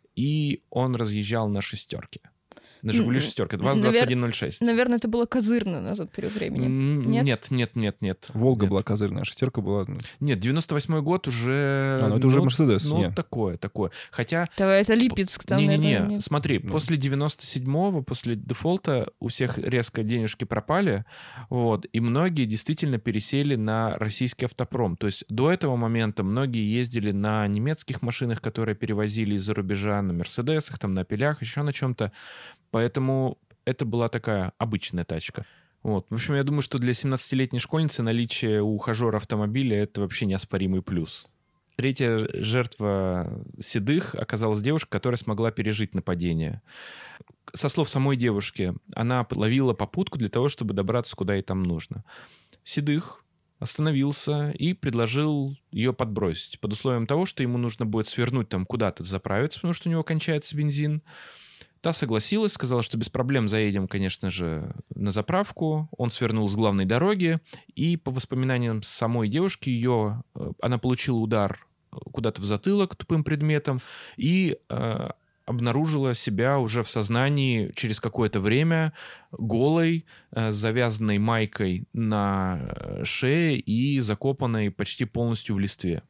и он разъезжал на шестерке. На «Жигули» М, шестерка, навер- двадцать один ноль шесть. Наверное, это было козырно на тот период времени. М, Нет? Нет, нет, нет, нет. Волга Нет. была козырная, шестерка была... ну, Нет, девяносто восьмой год уже... А, ну это уже Мерседес, Ну, не. такое, такое. Хотя... Да, это Липецк, там, Не-не-не, наверное, нет. смотри, Ну. после девяносто седьмого, после дефолта у всех резко денежки пропали, вот, и многие действительно пересели на российский автопром. То есть до этого момента многие ездили на немецких машинах, которые перевозили из-за рубежа, на Мерседесах, там, на Опелях, еще на чем-то. Поэтому это была такая обычная тачка. Вот. В общем, я думаю, что для семнадцатилетней школьницы наличие у ухажера автомобиля — это вообще неоспоримый плюс. Третья ж- жертва Седых оказалась девушка, которая смогла пережить нападение. Со слов самой девушки, она ловила попутку для того, чтобы добраться, куда ей там нужно. Седых остановился и предложил ее подбросить, под условием того, что ему нужно будет свернуть там куда-то заправиться, потому что у него кончается бензин. Та согласилась, сказала, что без проблем заедем, конечно же, на заправку. Он свернул с главной дороги, и по воспоминаниям самой девушки, ее, э, она получила удар куда-то в затылок тупым предметом и э, обнаружила себя уже в сознании через какое-то время голой, э, с завязанной майкой на э, шее и закопанной почти полностью в листве.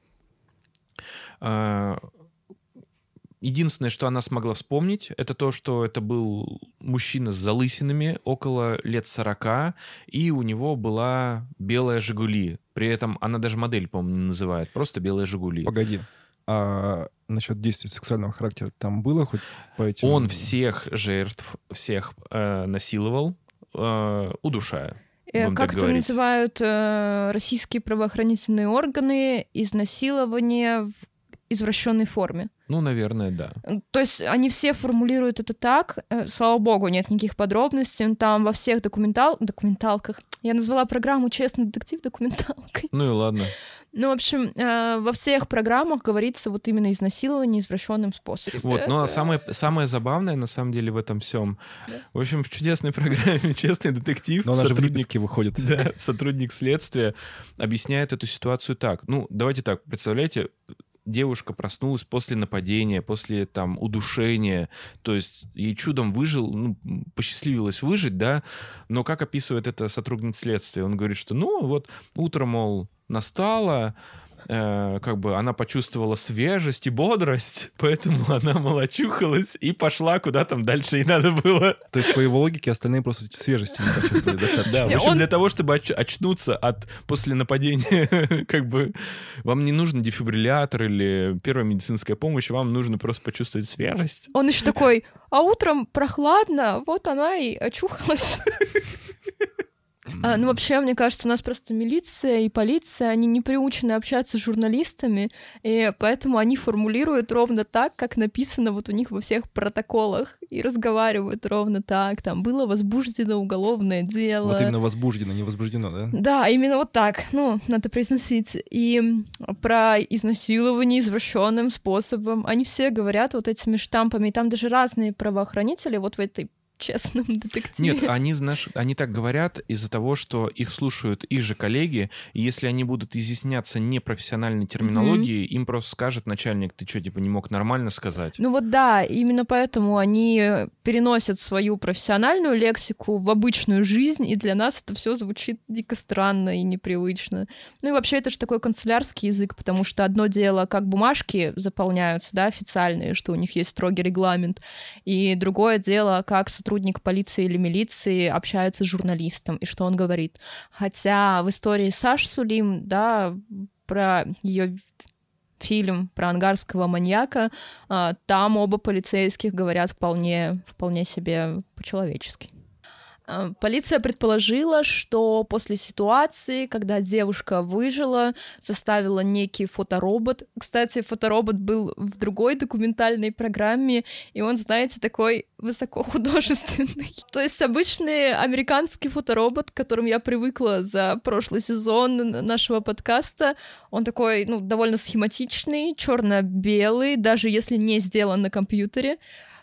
Э, Единственное, что она смогла вспомнить, это то, что это был мужчина с залысинами, около лет сорока, и у него была белая «Жигули». При этом она даже модель, по-моему, не называет, просто белая «Жигули». Погоди. А насчет действий сексуального характера там было хоть по этим... Он всех жертв, всех э, насиловал, э, удушая. Э, будем Как так это говорить. называют э, российские правоохранительные органы? Изнасилование в извращенной форме. Ну, наверное, да. То есть они все формулируют это так, слава богу, нет никаких подробностей, там во всех документал... документалках, я назвала программу «Честный детектив» документалкой. Ну и ладно. Ну, в общем, во всех программах говорится вот именно изнасилование извращенным способом. Вот, ну а самое, самое забавное, на самом деле, в этом всем, да. В общем, в чудесной программе «Честный детектив» но она же в Липецке выходит. Да, сотрудник следствия объясняет эту ситуацию так. Ну, давайте так, представляете, девушка проснулась после нападения, после там удушения, то есть ей чудом выжил, ну, посчастливилось выжить, да, но как описывает это сотрудник следствия? Он говорит, что, ну, вот утро, мол, настало, э, как бы она почувствовала свежесть и бодрость, поэтому она, мол, очухалась и пошла куда там дальше ей надо было. То есть, по его логике, остальные просто свежести не почувствовали достаточно. Да, в общем, для того, чтобы оч- очнуться от после нападения, как бы, вам не нужен дефибриллятор или первая медицинская помощь, вам нужно просто почувствовать свежесть. Он еще такой, а утром прохладно, вот она и очухалась. А, ну, вообще, мне кажется, у нас просто милиция и полиция, они не приучены общаться с журналистами, и поэтому они формулируют ровно так, как написано вот у них во всех протоколах, и разговаривают ровно так. Там было возбуждено уголовное дело. Вот именно возбуждено, не возбуждено, да? Да, именно вот так. Ну, надо произносить. И про изнасилование извращенным способом. Они все говорят вот этими штампами, и там даже разные правоохранители вот в этой честном детективе. Нет, они, знаешь, они так говорят из-за того, что их слушают их же коллеги, и если они будут изъясняться непрофессиональной терминологией, mm-hmm. им просто скажет начальник, ты что, типа, не мог нормально сказать? Ну вот да, именно поэтому они переносят свою профессиональную лексику в обычную жизнь, и для нас это все звучит дико странно и непривычно. Ну и вообще это же такой канцелярский язык, потому что одно дело, как бумажки заполняются, да, официальные, что у них есть строгий регламент, и другое дело, как сотрудники сотрудник полиции или милиции общается с журналистом, и что он говорит. Хотя в истории Саши Сулим, да, про ее фильм про ангарского маньяка, там оба полицейских говорят вполне, вполне себе по-человечески. Полиция предположила, что после ситуации, когда девушка выжила, составила некий фоторобот. Кстати, фоторобот был в другой документальной программе, и он, знаете, такой высокохудожественный. То есть обычный американский фоторобот, к которому я привыкла за прошлый сезон нашего подкаста, он такой, ну, довольно схематичный, черно-белый, даже если не сделан на компьютере,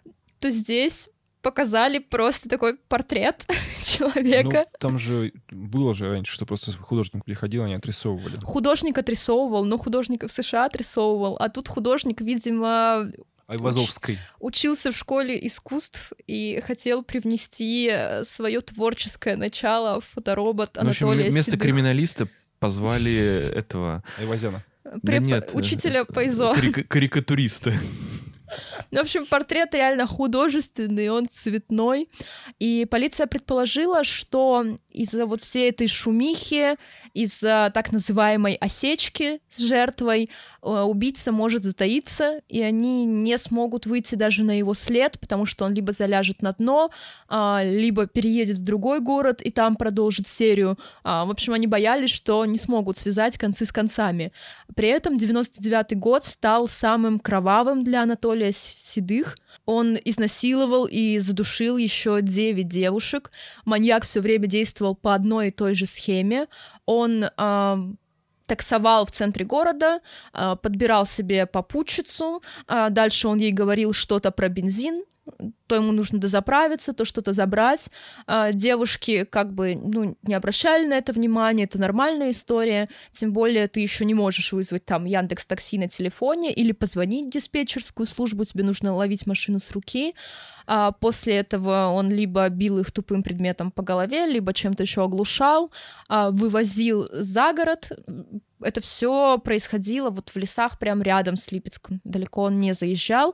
то здесь показали просто такой портрет человека. Ну, там же было же раньше, что просто художник приходил, они отрисовывали. Художник отрисовывал, но художник в США отрисовывал, а тут художник, видимо, Айвазовской. Уч- учился в школе искусств и хотел привнести свое творческое начало в фоторобот Анатолия Седых. Вместо Седых. криминалиста позвали этого... Айвазяна. Преп... Да нет, учителя Пайзо. Карик- карикатуриста. Ну, в общем, портрет реально художественный, он цветной. И полиция предположила, что из-за вот всей этой шумихи, из-за так называемой осечки с жертвой, убийца может затаиться, и они не смогут выйти даже на его след, потому что он либо заляжет на дно, либо переедет в другой город и там продолжит серию. В общем, они боялись, что не смогут связать концы с концами. При этом девяносто девятый год стал самым кровавым для Анатолия Седых. Он изнасиловал и задушил еще девять девушек. Маньяк все время действовал по одной и той же схеме. Он э, таксовал в центре города, э, подбирал себе попутчицу, э, дальше он ей говорил что-то про бензин, то ему нужно дозаправиться, то что-то забрать. А, девушки как бы, ну, не обращали на это внимания, это нормальная история, тем более ты еще не можешь вызвать там Яндекс.Такси на телефоне или позвонить в диспетчерскую службу, тебе нужно ловить машину с руки. А после этого он либо бил их тупым предметом по голове, либо чем-то еще оглушал, а, вывозил за город. Это все происходило вот в лесах прямо рядом с Липецком. Далеко он не заезжал.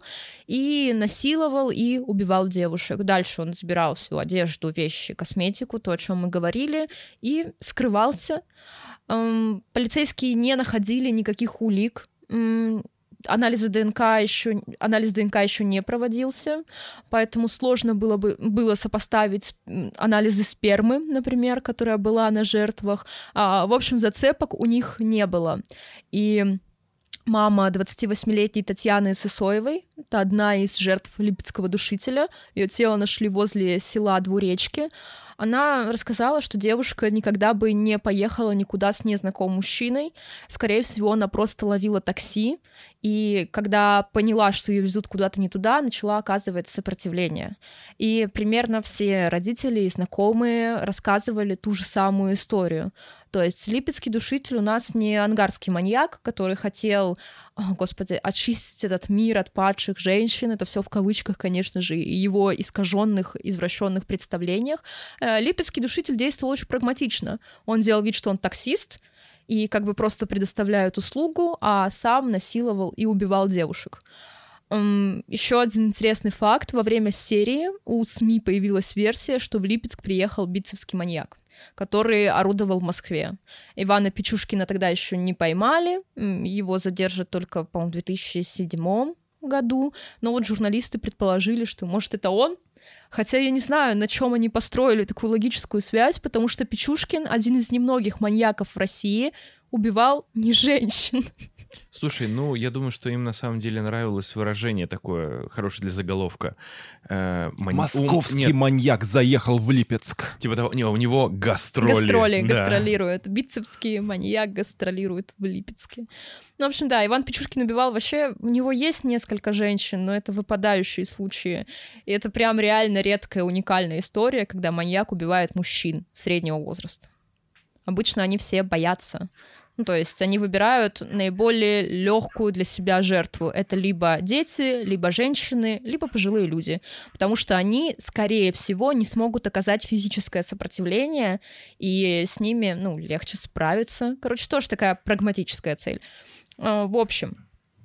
И насиловал, и убивал девушек. Дальше он забирал всю одежду, вещи, косметику, то, о чем мы говорили, и скрывался. Эм, полицейские не находили никаких улик. Эм, анализы ДНК еще, анализ ДНК еще не проводился, поэтому сложно было бы было сопоставить анализы спермы, например, которая была на жертвах. А, в общем, зацепок у них не было. И мама двадцативосьмилетней Татьяны Сысоевой. Это одна из жертв липецкого душителя. Ее тело нашли возле села Двуречки. Она рассказала, что девушка никогда бы не поехала никуда с незнакомым мужчиной. Скорее всего, она просто ловила такси, и когда поняла, что ее везут куда-то не туда, начала оказывать сопротивление. И примерно все родители и знакомые рассказывали ту же самую историю. То есть липецкий душитель у нас не ангарский маньяк, который хотел, о, господи, очистить этот мир от падших женщин. Это все в кавычках, конечно же, и его искаженных, извращенных представлениях. Липецкий душитель действовал очень прагматично. Он делал вид, что он таксист, и как бы просто предоставляет услугу, а сам насиловал и убивал девушек. Еще один интересный факт. Во время серии у СМИ появилась версия, что в Липецк приехал битцевский маньяк, который орудовал в Москве. Ивана Печушкина тогда еще не поймали, его задержат только, по-моему, в две тысячи седьмом году, но вот журналисты предположили, что, может, это он? Хотя я не знаю, на чем они построили такую логическую связь, потому что Печушкин, один из немногих маньяков в России, убивал не женщин. Слушай, ну, я думаю, что им на самом деле нравилось выражение такое, хорошее для заголовка. Э, мани... Московский Нет. маньяк заехал в Липецк. Типа того, не, у него гастроли. Гастроли, да. гастролирует. Битцевский маньяк гастролирует в Липецке. Ну, в общем, да, Иван Печушкин убивал вообще... У него есть несколько женщин, но это выпадающие случаи. И это прям реально редкая, уникальная история, когда маньяк убивает мужчин среднего возраста. Обычно они все боятся. Ну, то есть они выбирают наиболее легкую для себя жертву. Это либо дети, либо женщины, либо пожилые люди. Потому что они, скорее всего, не смогут оказать физическое сопротивление, и с ними, ну, легче справиться. Короче, тоже такая прагматическая цель. В общем,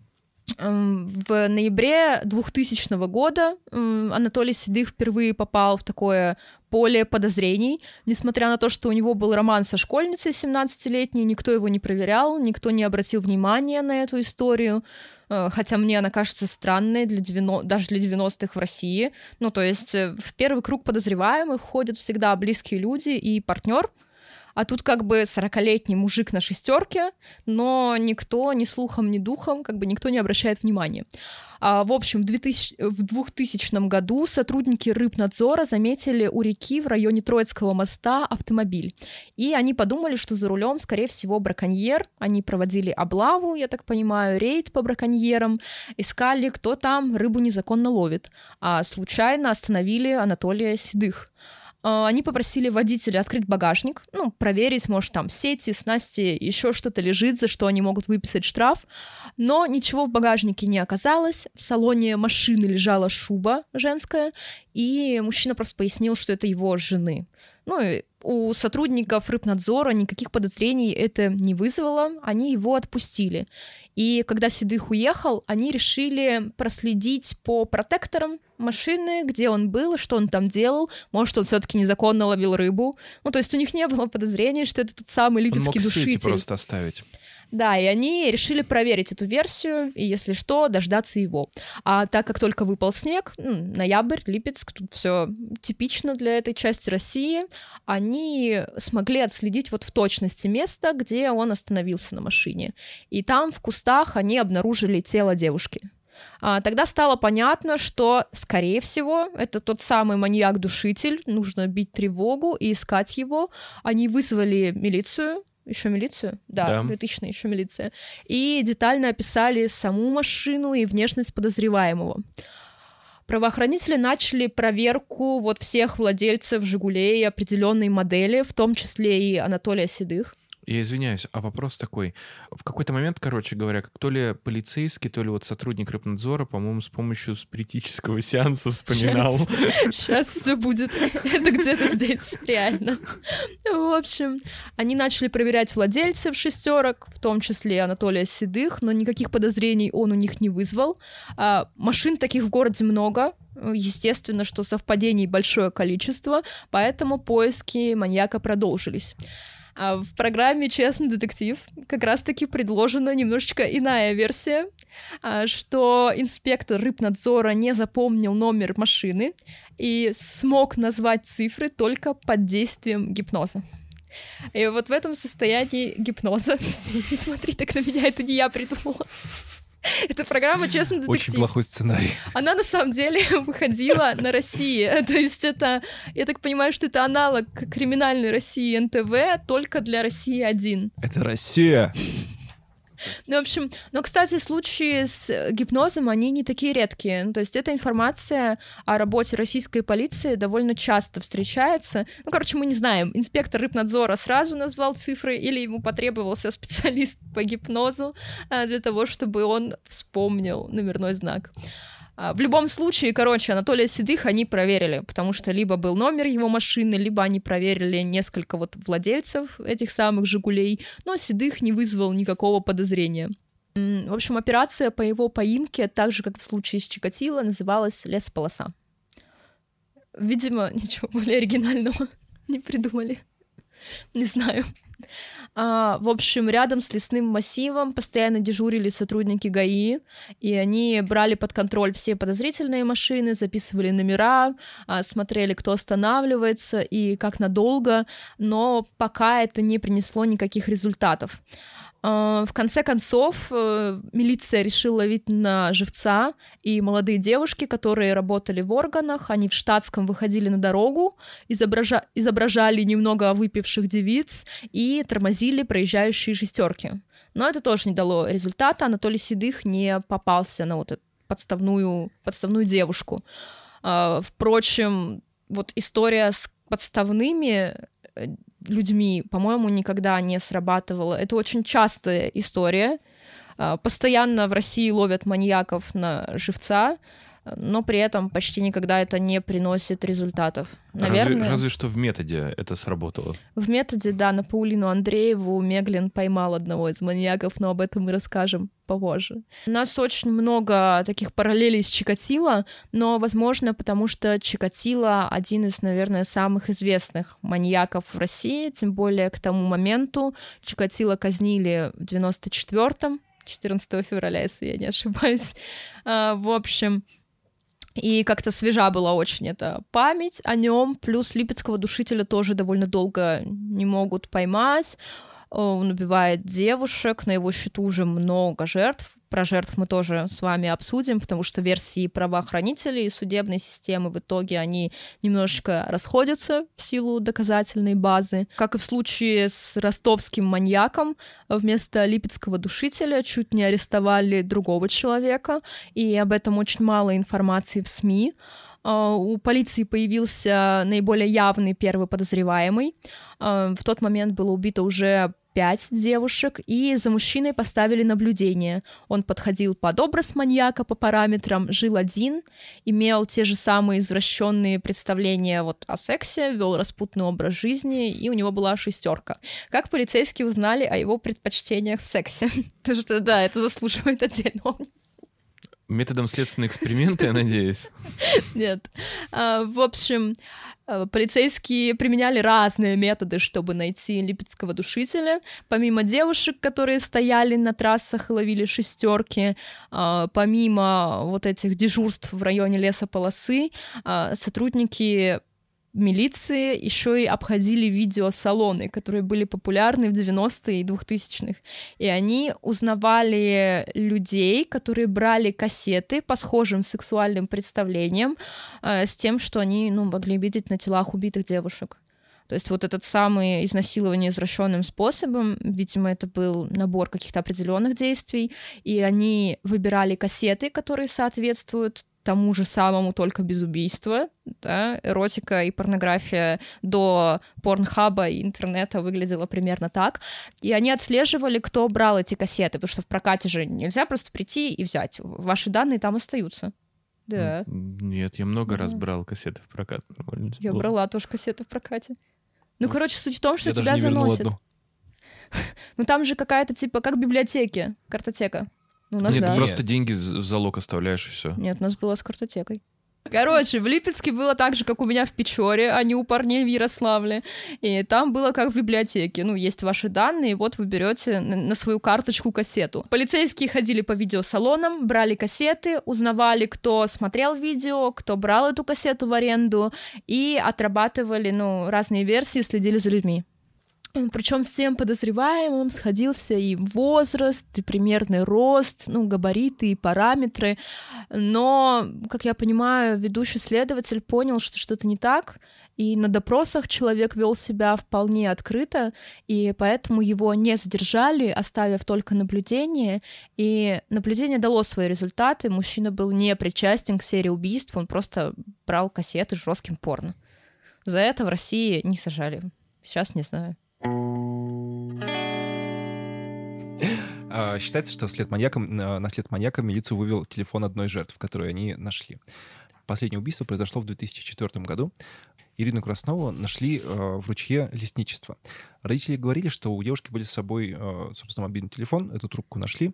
в ноябре двухтысячного года Анатолий Седых впервые попал в такое поле подозрений. Несмотря на то, что у него был роман со школьницей семнадцатилетней, никто его не проверял, никто не обратил внимания на эту историю, хотя мне она кажется странной для девяностых, даже для девяностых в России. Ну, то есть в первый круг подозреваемых входят всегда близкие люди и партнер. А тут как бы сорокалетний мужик на шестерке, но никто ни слухом, ни духом, как бы никто не обращает внимания. А, в общем, в двухтысячном году сотрудники Рыбнадзора заметили у реки в районе Троицкого моста автомобиль. И они подумали, что за рулем, скорее всего, браконьер. Они проводили облаву, я так понимаю, рейд по браконьерам, искали, кто там рыбу незаконно ловит. А случайно остановили Анатолия Седых. Они попросили водителя открыть багажник, ну, проверить, может, там сети, снасти, еще что-то лежит, за что они могут выписать штраф. Но ничего в багажнике не оказалось. В салоне машины лежала шуба женская, и мужчина просто пояснил, что это его жены. Ну, и у сотрудников Рыбнадзора никаких подозрений это не вызвало, они его отпустили. И когда Седых уехал, они решили проследить по протекторам машины, где он был, что он там делал. Может, он все-таки незаконно ловил рыбу. Ну, то есть у них не было подозрений, что это тот самый липецкий душитель. Он мог сети просто оставить. Да, и они решили проверить эту версию, и, если что, дождаться его. А так как только выпал снег, ну, ноябрь, Липецк, тут все типично для этой части России, они смогли отследить вот в точности место, где он остановился на машине. И там, в кустах, они обнаружили тело девушки. А, тогда стало понятно, что, скорее всего, это тот самый маньяк-душитель, нужно бить тревогу и искать его. Они вызвали милицию, еще милицию? Да, да. двухтысячная еще милиция. И детально описали саму машину и внешность подозреваемого. Правоохранители начали проверку вот всех владельцев «Жигулей» определенной модели, в том числе и Анатолия Седых. Я извиняюсь, а вопрос такой. В какой-то момент, короче говоря, как то ли полицейский, то ли вот сотрудник Рыбнадзора, по-моему, с помощью спиритического сеанса вспоминал. Сейчас все будет. Это где-то здесь, реально. В общем, они начали проверять владельцев шестерок, в том числе Анатолия Седых, но никаких подозрений он у них не вызвал. Машин таких в городе много. Естественно, что совпадений большое количество, поэтому поиски маньяка продолжились. А в программе «Честный детектив» как раз-таки предложена немножечко иная версия, что инспектор Рыбнадзора не запомнил номер машины и смог назвать цифры только под действием гипноза. И вот в этом состоянии гипноза... Не смотри так на меня, это не я придумала. Эта программа «Честный детектив». Очень плохой сценарий. Она на самом деле выходила на России. То есть это, я так понимаю, что это аналог криминальной России эн тэ вэ, только для России один. Это Россия! Ну, в общем, но, кстати, случаи с гипнозом, они не такие редкие. Ну, то есть эта информация о работе российской полиции довольно часто встречается. Ну, короче, мы не знаем, инспектор Рыбнадзора сразу назвал цифры или ему потребовался специалист по гипнозу для того, чтобы он вспомнил номерной знак. В любом случае, короче, Анатолия Седых они проверили, потому что либо был номер его машины, либо они проверили несколько вот владельцев этих самых «Жигулей», но Седых не вызвал никакого подозрения. В общем, операция по его поимке, так же, как в случае с Чикатило, называлась «Лесополоса». Видимо, ничего более оригинального не придумали. Не знаю. А, в общем, рядом с лесным массивом постоянно дежурили сотрудники ГАИ, и они брали под контроль все подозрительные машины, записывали номера, а, смотрели, кто останавливается и как надолго, но пока это не принесло никаких результатов. В конце концов, милиция решила ловить на живца, и молодые девушки, которые работали в органах, они в штатском выходили на дорогу, изобража... изображали немного выпивших девиц и тормозили проезжающие шестерки. Но это тоже не дало результата, Анатолий Седых не попался на вот эту подставную, подставную девушку. Впрочем, вот история с подставными людьми, по-моему, никогда не срабатывала. Это очень частая история. Постоянно в России ловят маньяков на живца, но при этом почти никогда это не приносит результатов. Наверное, разве, разве что в методе это сработало. В методе, да, на Паулину Андрееву Меглин поймал одного из маньяков, но об этом мы расскажем попозже. У нас очень много таких параллелей с Чикатило, но, возможно, потому что Чикатило один из, наверное, самых известных маньяков в России, тем более к тому моменту Чикатило казнили в девяносто четвёртом, четырнадцатого февраля, если я не ошибаюсь. В общем... И как-то свежа была очень эта память о нем, плюс липецкого душителя тоже довольно долго не могут поймать. Он убивает девушек, на его счету уже много жертв. Про жертв мы тоже с вами обсудим, потому что версии правоохранителей и судебной системы в итоге они немножечко расходятся в силу доказательной базы. Как и в случае с ростовским маньяком, вместо липецкого душителя чуть не арестовали другого человека, и об этом очень мало информации в СМИ. У полиции появился наиболее явный первый подозреваемый. В тот момент было убито уже пять девушек, и за мужчиной поставили наблюдение. Он подходил под образ маньяка по параметрам, жил один, имел те же самые извращенные представления вот о сексе, вел распутный образ жизни, и у него была шестерка. Как полицейские узнали о его предпочтениях в сексе? Потому что, да, это заслуживает отдельного. Методом следственного эксперимента, я надеюсь. Нет. В общем, полицейские применяли разные методы, чтобы найти липецкого душителя. Помимо девушек, которые стояли на трассах и ловили шестерки, помимо вот этих дежурств в районе лесополосы, сотрудники милиции еще и обходили видеосалоны, которые были популярны в девяностые и двухтысячных. И они узнавали людей, которые брали кассеты по схожим сексуальным представлениям э, с тем, что они ну, могли видеть на телах убитых девушек. То есть вот этот самый изнасилование извращенным способом, видимо, это был набор каких-то определенных действий, и они выбирали кассеты, которые соответствуют тому же самому, только без убийства, да, эротика и порнография до порнхаба и интернета выглядела примерно так, и они отслеживали, кто брал эти кассеты, потому что в прокате же нельзя просто прийти и взять, ваши данные там остаются. Да. Нет, я много да. раз брал кассеты в прокат. Я было. брала тоже кассеты в прокате. Ну, ну короче, суть в том, что я тебя заносят. Ну, там же какая-то, типа, как в библиотеке, картотека. У нас, Нет, да. ты просто деньги в залог оставляешь, и все. Нет, у нас было с картотекой. Короче, в Липецке было так же, как у меня в Печоре, а не у парней в Ярославле. И там было как в библиотеке. Ну, есть ваши данные, и вот вы берете на свою карточку кассету. Полицейские ходили по видеосалонам, брали кассеты, узнавали, кто смотрел видео, кто брал эту кассету в аренду, и отрабатывали, ну, разные версии, следили за людьми. Причем с всем подозреваемым сходился и возраст, и примерный рост, ну, габариты и параметры. Но, как я понимаю, ведущий следователь понял, что что-то не так, и на допросах человек вел себя вполне открыто, и поэтому его не задержали, оставив только наблюдение. И наблюдение дало свои результаты. Мужчина был не причастен к серии убийств, он просто брал кассеты с жестким порно. За это в России не сажали. Сейчас не знаю. Считается, что след маньяка, на след маньяка милицию вывел телефон одной из жертв, которую они нашли. Последнее убийство произошло в две тысячи четвёртом году. Ирину Краснову нашли в ручье лесничества. Родители говорили, что у девушки были с собой, собственно, мобильный телефон. Эту трубку нашли,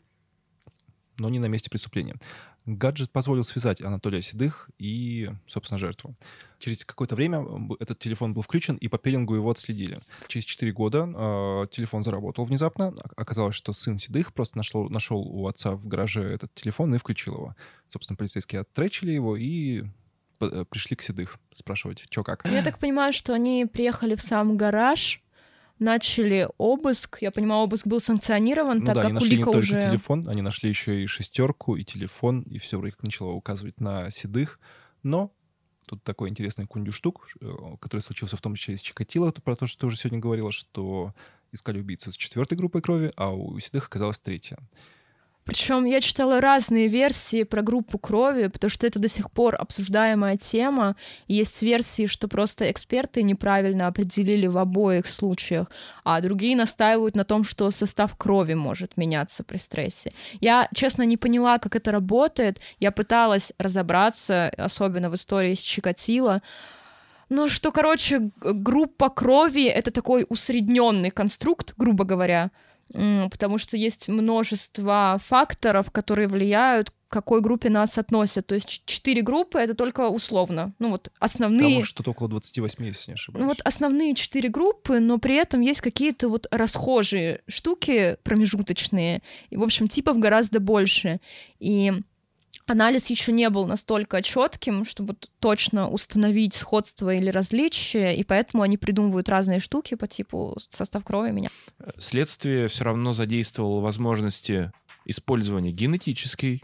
но не на месте преступления. Гаджет позволил связать Анатолия Седых и, собственно, жертву. Через какое-то время этот телефон был включен, и по пеленгу его отследили. Через четыре года э, телефон заработал внезапно. Оказалось, что сын Седых просто нашел, нашел у отца в гараже этот телефон и включил его. Собственно, полицейские оттречили его и пришли к Седых спрашивать, что как. Я так понимаю, что они приехали в сам гараж, начали обыск. Я понимаю, обыск был санкционирован, ну так да, как они нашли улика не уже... только телефон, они нашли еще и шестерку, и телефон, и все вроде как начало указывать на Седых. Но тут такой интересный кундюштук, который случился в том числе из Чикатило, про то, что ты уже сегодня говорила, что искали убийцу с четвертой группой крови, а у Седых оказалась третья. Причем я читала разные версии про группу крови, потому что это до сих пор обсуждаемая тема. Есть версии, что просто эксперты неправильно определили в обоих случаях, а другие настаивают на том, что состав крови может меняться при стрессе. Я, честно, не поняла, как это работает. Я пыталась разобраться, особенно в истории с Чикатило. Но что, короче, группа крови — это такой усредненный конструкт, грубо говоря, потому что есть множество факторов, которые влияют, к какой группе нас относят. То есть четыре группы — это только условно. Ну вот основные... Там что-то около двадцать восемь, если не ошибаюсь. Ну вот основные четыре группы, но при этом есть какие-то вот расхожие штуки промежуточные. И, в общем, типов гораздо больше. И анализ еще не был настолько четким, чтобы точно установить сходство или различие, и поэтому они придумывают разные штуки по типу состав крови меня. Следствие все равно задействовало возможности использования генетической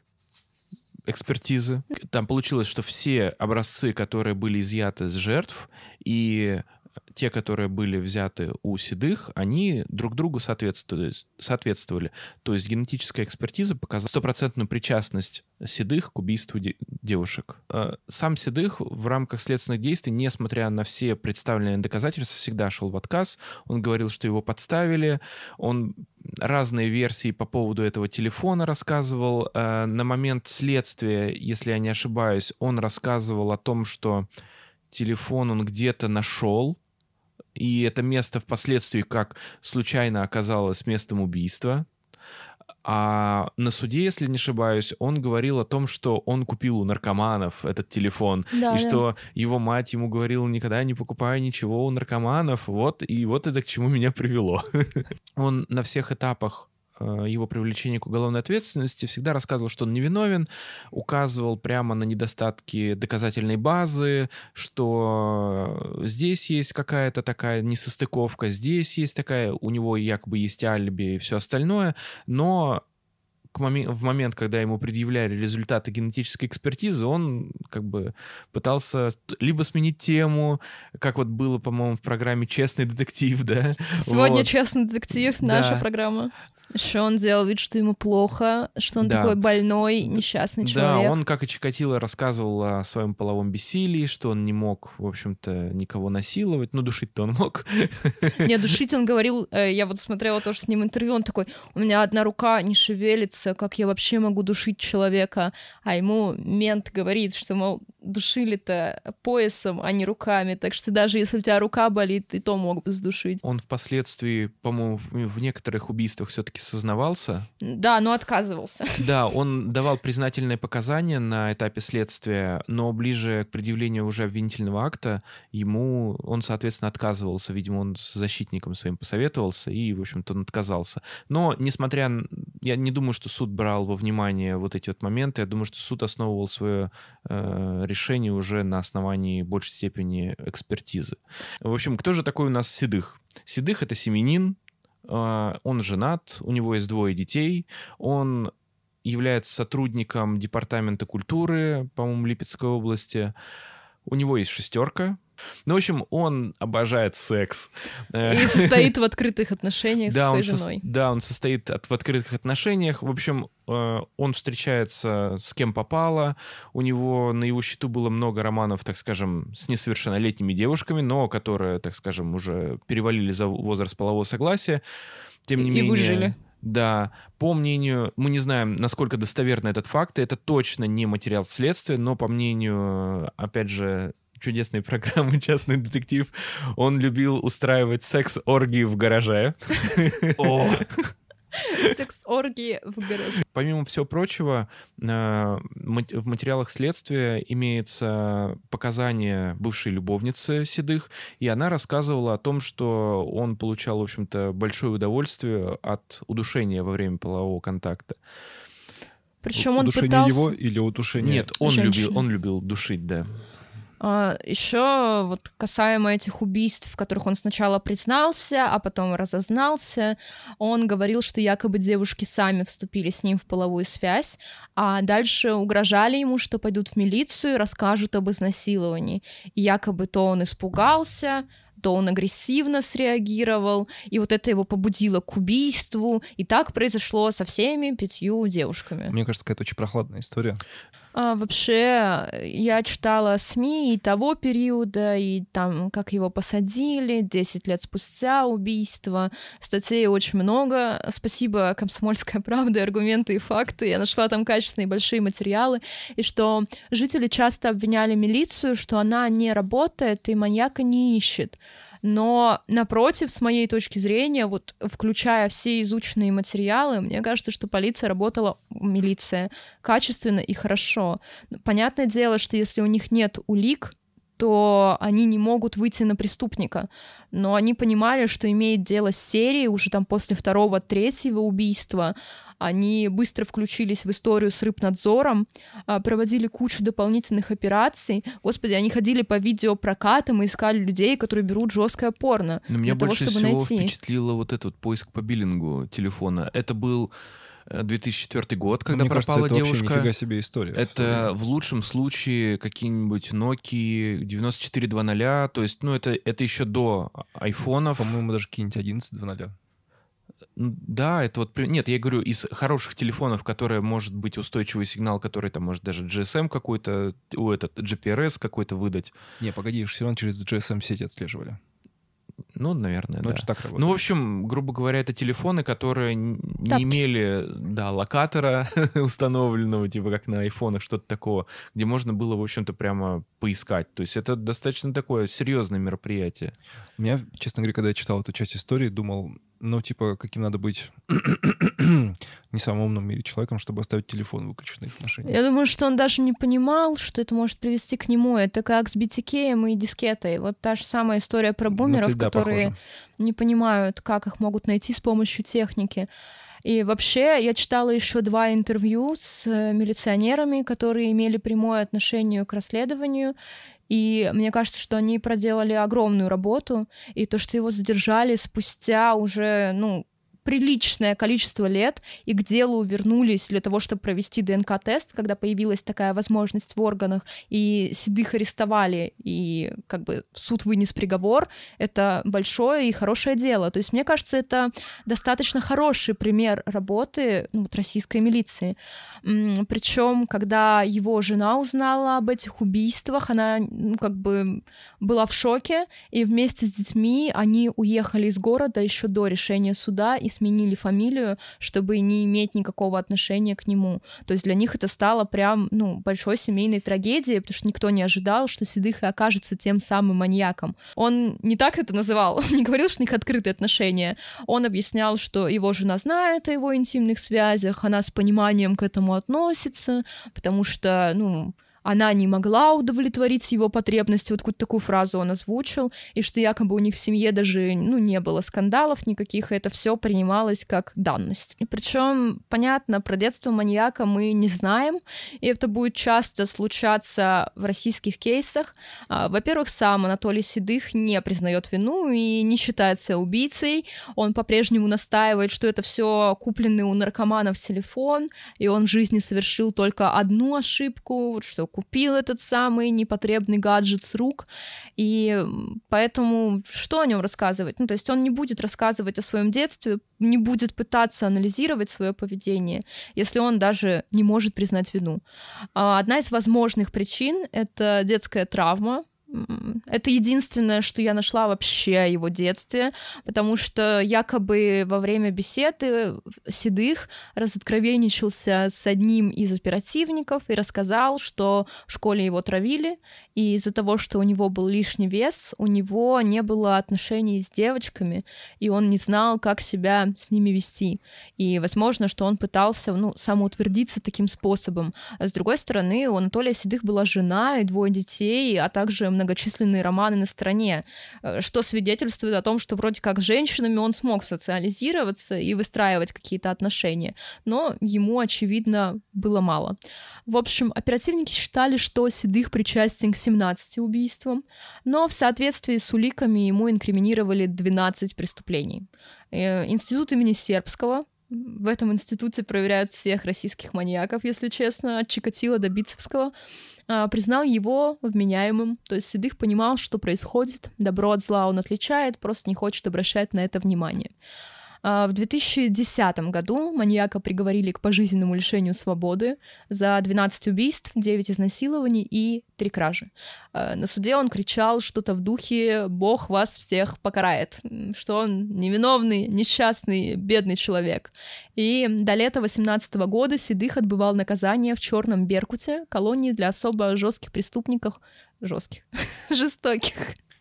экспертизы. Там получилось, что все образцы, которые были изъяты с жертв, и те, которые были взяты у Седых, они друг другу соответствовали. соответствовали. То есть генетическая экспертиза показала стопроцентную причастность Седых к убийству де- девушек. Сам Седых в рамках следственных действий, несмотря на все представленные доказательства, всегда шел в отказ. Он говорил, что его подставили. Он разные версии по поводу этого телефона рассказывал. На момент следствия, если я не ошибаюсь, он рассказывал о том, что телефон он где-то нашел, и это место впоследствии как случайно оказалось местом убийства. А на суде, если не ошибаюсь, он говорил о том, что он купил у наркоманов этот телефон, да, и да. что его мать ему говорила: никогда не покупай ничего у наркоманов, вот, и вот это к чему меня привело. Он на всех этапах его привлечения к уголовной ответственности всегда рассказывал, что он невиновен, указывал прямо на недостатки доказательной базы, что здесь есть какая-то такая несостыковка, здесь есть такая, у него якобы есть алиби и все остальное, но к момен- в момент, когда ему предъявляли результаты генетической экспертизы, он как бы пытался либо сменить тему, как вот было, по-моему, в программе «Честный детектив», да? Сегодня вот. «Честный детектив», Да. наша программа. Еще он делал вид, что ему плохо, что он Да. такой больной, несчастный человек. Да, он, как и Чикатило, рассказывал о своем половом бессилии, что он не мог, в общем-то, никого насиловать. Ну, душить-то он мог. Не, душить он говорил, э, я вот смотрела тоже с ним интервью, он такой: у меня одна рука не шевелится, как я вообще могу душить человека? А ему мент говорит, что, мол, душили-то поясом, а не руками, так что даже если у тебя рука болит, и то мог бы сдушить. Он впоследствии, по-моему, в некоторых убийствах все-таки сознавался. Да, но отказывался. Да, он давал признательные показания на этапе следствия, но ближе к предъявлению уже обвинительного акта ему он, соответственно, отказывался. Видимо, он с защитником своим посоветовался, и, в общем-то, он отказался. Но, несмотря я не думаю, что суд брал во внимание вот эти вот моменты. Я думаю, что суд основывал свое э, решение уже на основании большей степени экспертизы. В общем, кто же такой у нас Седых? Седых — это семьянин, э, он женат, у него есть двое детей, он является сотрудником департамента культуры, по-моему, Липецкой области. У него есть шестерка. Ну, в общем, он обожает секс. И состоит в открытых отношениях да, со своей он женой. Со... Да, он состоит от... в открытых отношениях. В общем, э, он встречается с кем попало. У него на его счету было много романов, так скажем, с несовершеннолетними девушками, но которые, так скажем, уже перевалили за возраст полового согласия. Тем не и менее... выжили. Да, по мнению, мы не знаем, насколько достоверны этот факт, это точно не материал следствия, но по мнению, опять же, чудесной программы «Частный детектив», он любил устраивать секс-оргии в гараже. Секс-оргии в гараже. Помимо всего прочего, в материалах следствия имеется показания бывшей любовницы Седых, и она рассказывала о том, что он получал, в общем-то, большое удовольствие от удушения во время полового контакта. Причем он удушение пытался... его или удушение? Нет, он женщины. любил, он любил душить, да. А, еще вот касаемо этих убийств, в которых он сначала признался, а потом разознался, он говорил, что якобы девушки сами вступили с ним в половую связь, а дальше угрожали ему, что пойдут в милицию и расскажут об изнасиловании. И якобы то он испугался, то он агрессивно среагировал, и вот это его побудило к убийству, и так произошло со всеми пятью девушками. Мне кажется, какая-то очень прохладная история. А, вообще, я читала СМИ и того периода, и там, как его посадили, десять лет спустя убийство. Статей очень много. Спасибо «Комсомольская правда», аргументы и факты. Я нашла там качественные большие материалы. И что жители часто обвиняли милицию, что она не работает и маньяка не ищет. Но, напротив, с моей точки зрения, вот включая все изученные материалы, мне кажется, что полиция работала, милиция, качественно и хорошо. Понятное дело, что если у них нет улик, то они не могут выйти на преступника. Но они понимали, что имеет дело с серией уже там после второго, третьего убийства. Они быстро включились в историю с рыбнадзором, проводили кучу дополнительных операций. Господи, они ходили по видеопрокатам и искали людей, которые берут жесткое порно. Но меня для больше того, чтобы всего найти. впечатлило вот этот вот поиск по биллингу телефона. Это был две тысячи четвёртый год, когда Мне пропала кажется, это девушка. вообще нифига себе история. Это в лучшем случае какие-нибудь Nokia девяносто четыре двадцать, то есть, ну, это, это еще до айфонов. По-моему, даже какие-нибудь одиннадцать двадцать. Да, это вот... Нет, я говорю, из хороших телефонов, которые может быть устойчивый сигнал, который там может даже джи эс эм какой-то, у этот джи пи ар эс какой-то выдать. Не, погоди, все равно через джи эс эм сети отслеживали. Ну, наверное, Ну, да. это же так работает. Ну, в общем, грубо говоря, это телефоны, которые н- не Тапки. имели, да, локатора установленного, типа как на айфонах, что-то такого, где можно было, в общем-то, прямо поискать. То есть это достаточно такое серьезное мероприятие. У меня, честно говоря, когда я читал эту часть истории, думал, ну, типа, каким надо быть не самым умным в мире человеком, чтобы оставить телефон выключенный в машине. Я думаю, что он даже не понимал, что это может привести к нему. Это как с би ти кеем и дискетой. Вот та же самая история про бумеров, Ну, да, которые похоже. не понимают, как их могут найти с помощью техники. И вообще я читала еще два интервью с э, милиционерами, которые имели прямое отношение к расследованию. И мне кажется, что они проделали огромную работу. И то, что его задержали спустя уже, ну, приличное количество лет и к делу вернулись для того, чтобы провести ДНК-тест, когда появилась такая возможность в органах, и Седых арестовали, и как бы суд вынес приговор, это большое и хорошее дело. То есть, мне кажется, это достаточно хороший пример работы, ну, вот, российской милиции. Причем, когда его жена узнала об этих убийствах, она, ну, как бы была в шоке, и вместе с детьми они уехали из города еще до решения суда и сменили фамилию, чтобы не иметь никакого отношения к нему. То есть для них это стало прям, ну, большой семейной трагедией, потому что никто не ожидал, что Седых и окажется тем самым маньяком. Он не так это называл, не говорил, что у них открытые отношения. Он объяснял, что его жена знает о его интимных связях, она с пониманием к этому относится, потому что, ну, она не могла удовлетворить его потребности, вот какую-то такую фразу он озвучил, и что якобы у них в семье даже, ну, не было скандалов никаких, и это все принималось как данность. И причем, понятно, про детство маньяка мы не знаем, и это будет часто случаться в российских кейсах. Во-первых, сам Анатолий Седых не признает вину и не считается убийцей, он по-прежнему настаивает, что это все купленный у наркоманов телефон, и он в жизни совершил только одну ошибку, вот что купил этот самый непотребный гаджет с рук, и поэтому что о нем рассказывать? Ну, то есть он не будет рассказывать о своем детстве, не будет пытаться анализировать свое поведение, если он даже не может признать вину. Одна из возможных причин — это детская травма. Это единственное, что я нашла вообще о его детстве, потому что якобы во время беседы Седых разоткровенничался с одним из оперативников и рассказал, что в школе его травили, и из-за того, что у него был лишний вес, у него не было отношений с девочками, и он не знал, как себя с ними вести. И, возможно, что он пытался, ну, самоутвердиться таким способом. А с другой стороны, у Анатолия Седых была жена и двое детей, а также многочисленные романы на стороне, что свидетельствует о том, что вроде как с женщинами он смог социализироваться и выстраивать какие-то отношения, но ему, очевидно, было мало. В общем, оперативники считали, что Седых причастен к семнадцати убийствам, но в соответствии с уликами ему инкриминировали двенадцать преступлений. Институт имени Сербского, в этом институте проверяют всех российских маньяков, если честно, от Чикатило до Битцевского, признал его вменяемым, то есть Седых понимал, что происходит, добро от зла он отличает, просто не хочет обращать на это внимание. В две тысячи десятом году маньяка приговорили к пожизненному лишению свободы за двенадцать убийств, девять изнасилований и три кражи. На суде он кричал что-то в духе «Бог вас всех покарает», что он невиновный, несчастный, бедный человек. И до лета две тысячи восемнадцатого года Седых отбывал наказание в Черном Беркуте, колонии для особо жестких преступников, жестких, жестоких.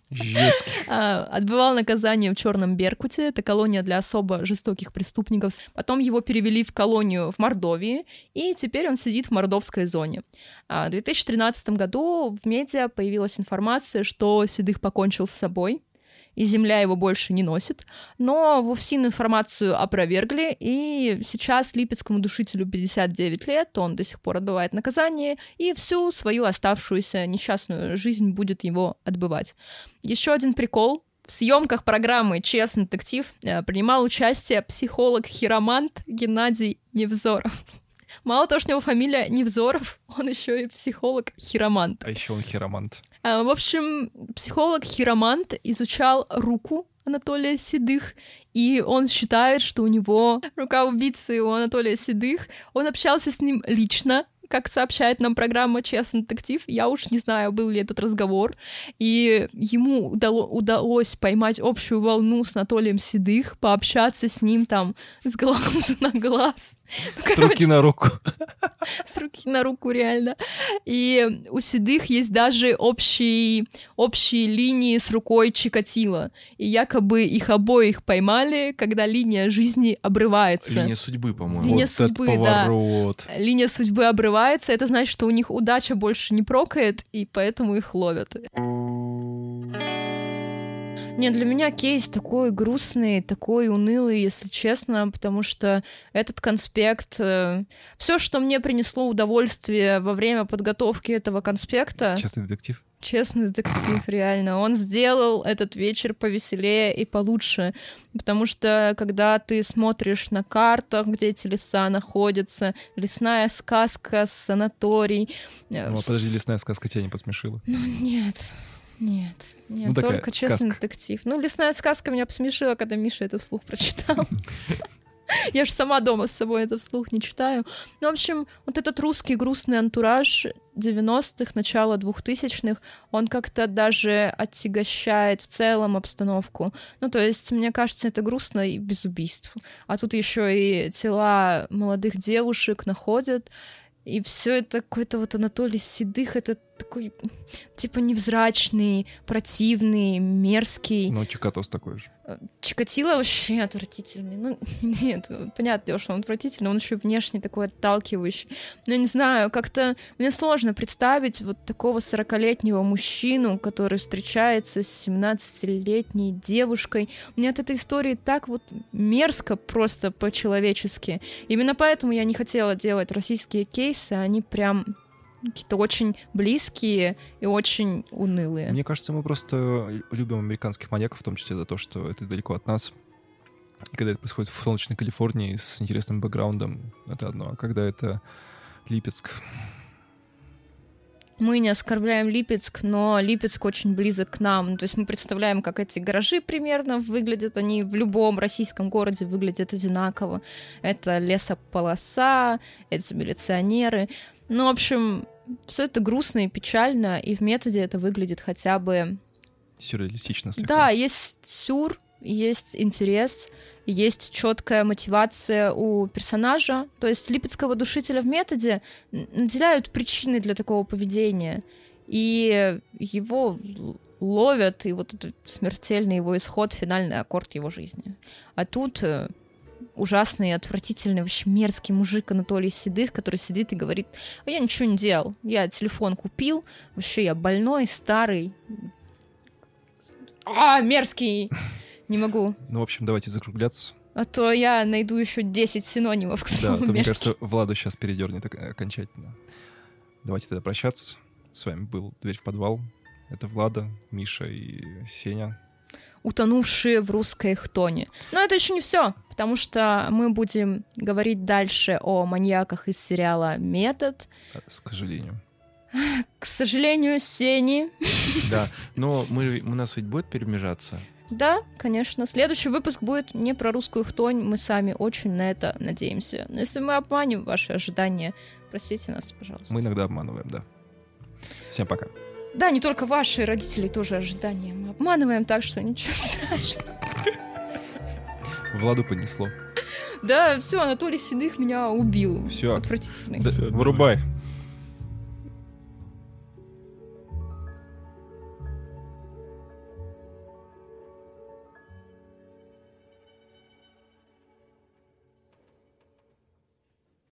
А, отбывал наказание в Черном Беркуте, это колония для особо жестоких преступников. Потом его перевели в колонию в Мордовии, и теперь он сидит в мордовской зоне. А, в две тысячи тринадцатом году в медиа появилась информация, что Седых покончил с собой, и земля его больше не носит, но в УФСИН информацию опровергли, и сейчас липецкому душителю пятьдесят девять лет, он до сих пор отбывает наказание, и всю свою оставшуюся несчастную жизнь будет его отбывать. Еще один прикол. В съемках программы «Честный детектив» принимал участие психолог-хиромант Геннадий Невзоров. Мало того, что у него фамилия Невзоров, он еще и психолог-хиромант. А еще он хиромант. В общем, психолог-хиромант изучал руку Анатолия Седых, и он считает, что у него рука убийцы у Анатолия Седых. Он общался с ним лично, как сообщает нам программа «Честный детектив». Я уж не знаю, был ли этот разговор. И ему удало, удалось поймать общую волну с Анатолием Седых, пообщаться с ним там с глаза на глаз. С Короче, руки на руку. С руки на руку, реально. И у Седых есть даже общие, общие линии с рукой Чикатило. И якобы их обоих поймали, когда линия жизни обрывается. Линия судьбы, по-моему. Линия вот судьбы, да. Поворот. Линия судьбы обрывается. Это значит, что у них удача больше не прокает, и поэтому их ловят. Нет, для меня кейс такой грустный, такой унылый, если честно, потому что этот конспект... Э, все, что мне принесло удовольствие во время подготовки этого конспекта... Честный детектив. Честный детектив, реально. Он сделал этот вечер повеселее и получше, потому что когда ты смотришь на картах, где эти леса находятся, лесная сказка, санаторий... Ну, а подожди, лесная сказка тебя не посмешила? Ну, нет... Нет, нет, ну, только честный сказка. детектив. Ну, лесная сказка меня посмешила, когда Миша это вслух прочитал. Я же сама дома с собой это вслух не читаю. Ну, в общем, вот этот русский грустный антураж девяностых, начала двухтысячных, он как-то даже отягощает в целом обстановку. Ну, то есть, мне кажется, это грустно и без убийств. А тут еще и тела молодых девушек находят, и все это какой-то вот Анатолий Седых, это такой, типа, невзрачный, противный, мерзкий. Ну, Чикатос такой же. Чикатило вообще отвратительный. Ну, нет, понятно, что он отвратительный, он еще внешне такой отталкивающий. Но я не знаю, как-то мне сложно представить вот такого сорокалетнего мужчину, который встречается с семнадцатилетней девушкой. Мне от этой истории так вот мерзко просто по-человечески. Именно поэтому я не хотела делать российские кейсы, они прям какие-то очень близкие и очень унылые. Мне кажется, мы просто любим американских маньяков, в том числе за то, что это далеко от нас. И когда это происходит в солнечной Калифорнии с интересным бэкграундом, это одно. А когда это Липецк... Мы не оскорбляем Липецк, но Липецк очень близок к нам. То есть мы представляем, как эти гаражи примерно выглядят. Они в любом российском городе выглядят одинаково. Это лесополоса, это милиционеры. Ну, в общем, все это грустно и печально, и в методе это выглядит хотя бы... Сюрреалистично слегка. Да, есть сюр, есть интерес, есть четкая мотивация у персонажа. То есть липецкого душителя в методе наделяют причины для такого поведения. И его ловят, и вот этот смертельный его исход, финальный аккорд его жизни. А тут ужасный, отвратительный, вообще мерзкий мужик Анатолий Седых, который сидит и говорит: а я ничего не делал, я телефон купил, вообще я больной, старый. А, мерзкий! Не могу. Ну, в общем, давайте закругляться. А то я найду еще десять синонимов к слову Да, то, мне мерзкий. кажется, Владу сейчас передернет окончательно. Давайте тогда прощаться. С вами был «Дверь в подвал». Это Влада, Миша и Сеня. Утонувшие в русской хтоне. Но это еще не все, потому что мы будем говорить дальше о маньяках из сериала «Метод». К сожалению. К сожалению, Сени. Да, но мы, у нас ведь будет перемежаться. Да, конечно. Следующий выпуск будет не про русскую хтонь. Мы сами очень на это надеемся. Но если мы обманем ваши ожидания, простите нас, пожалуйста. Мы иногда обманываем, да. Всем пока. Да, не только ваши родители тоже ожидания. Мы обманываем так, что ничего страшного. Владу понесло. Да, все, Анатолий Седых меня убил. Все. Отвратительный. Да, вырубай.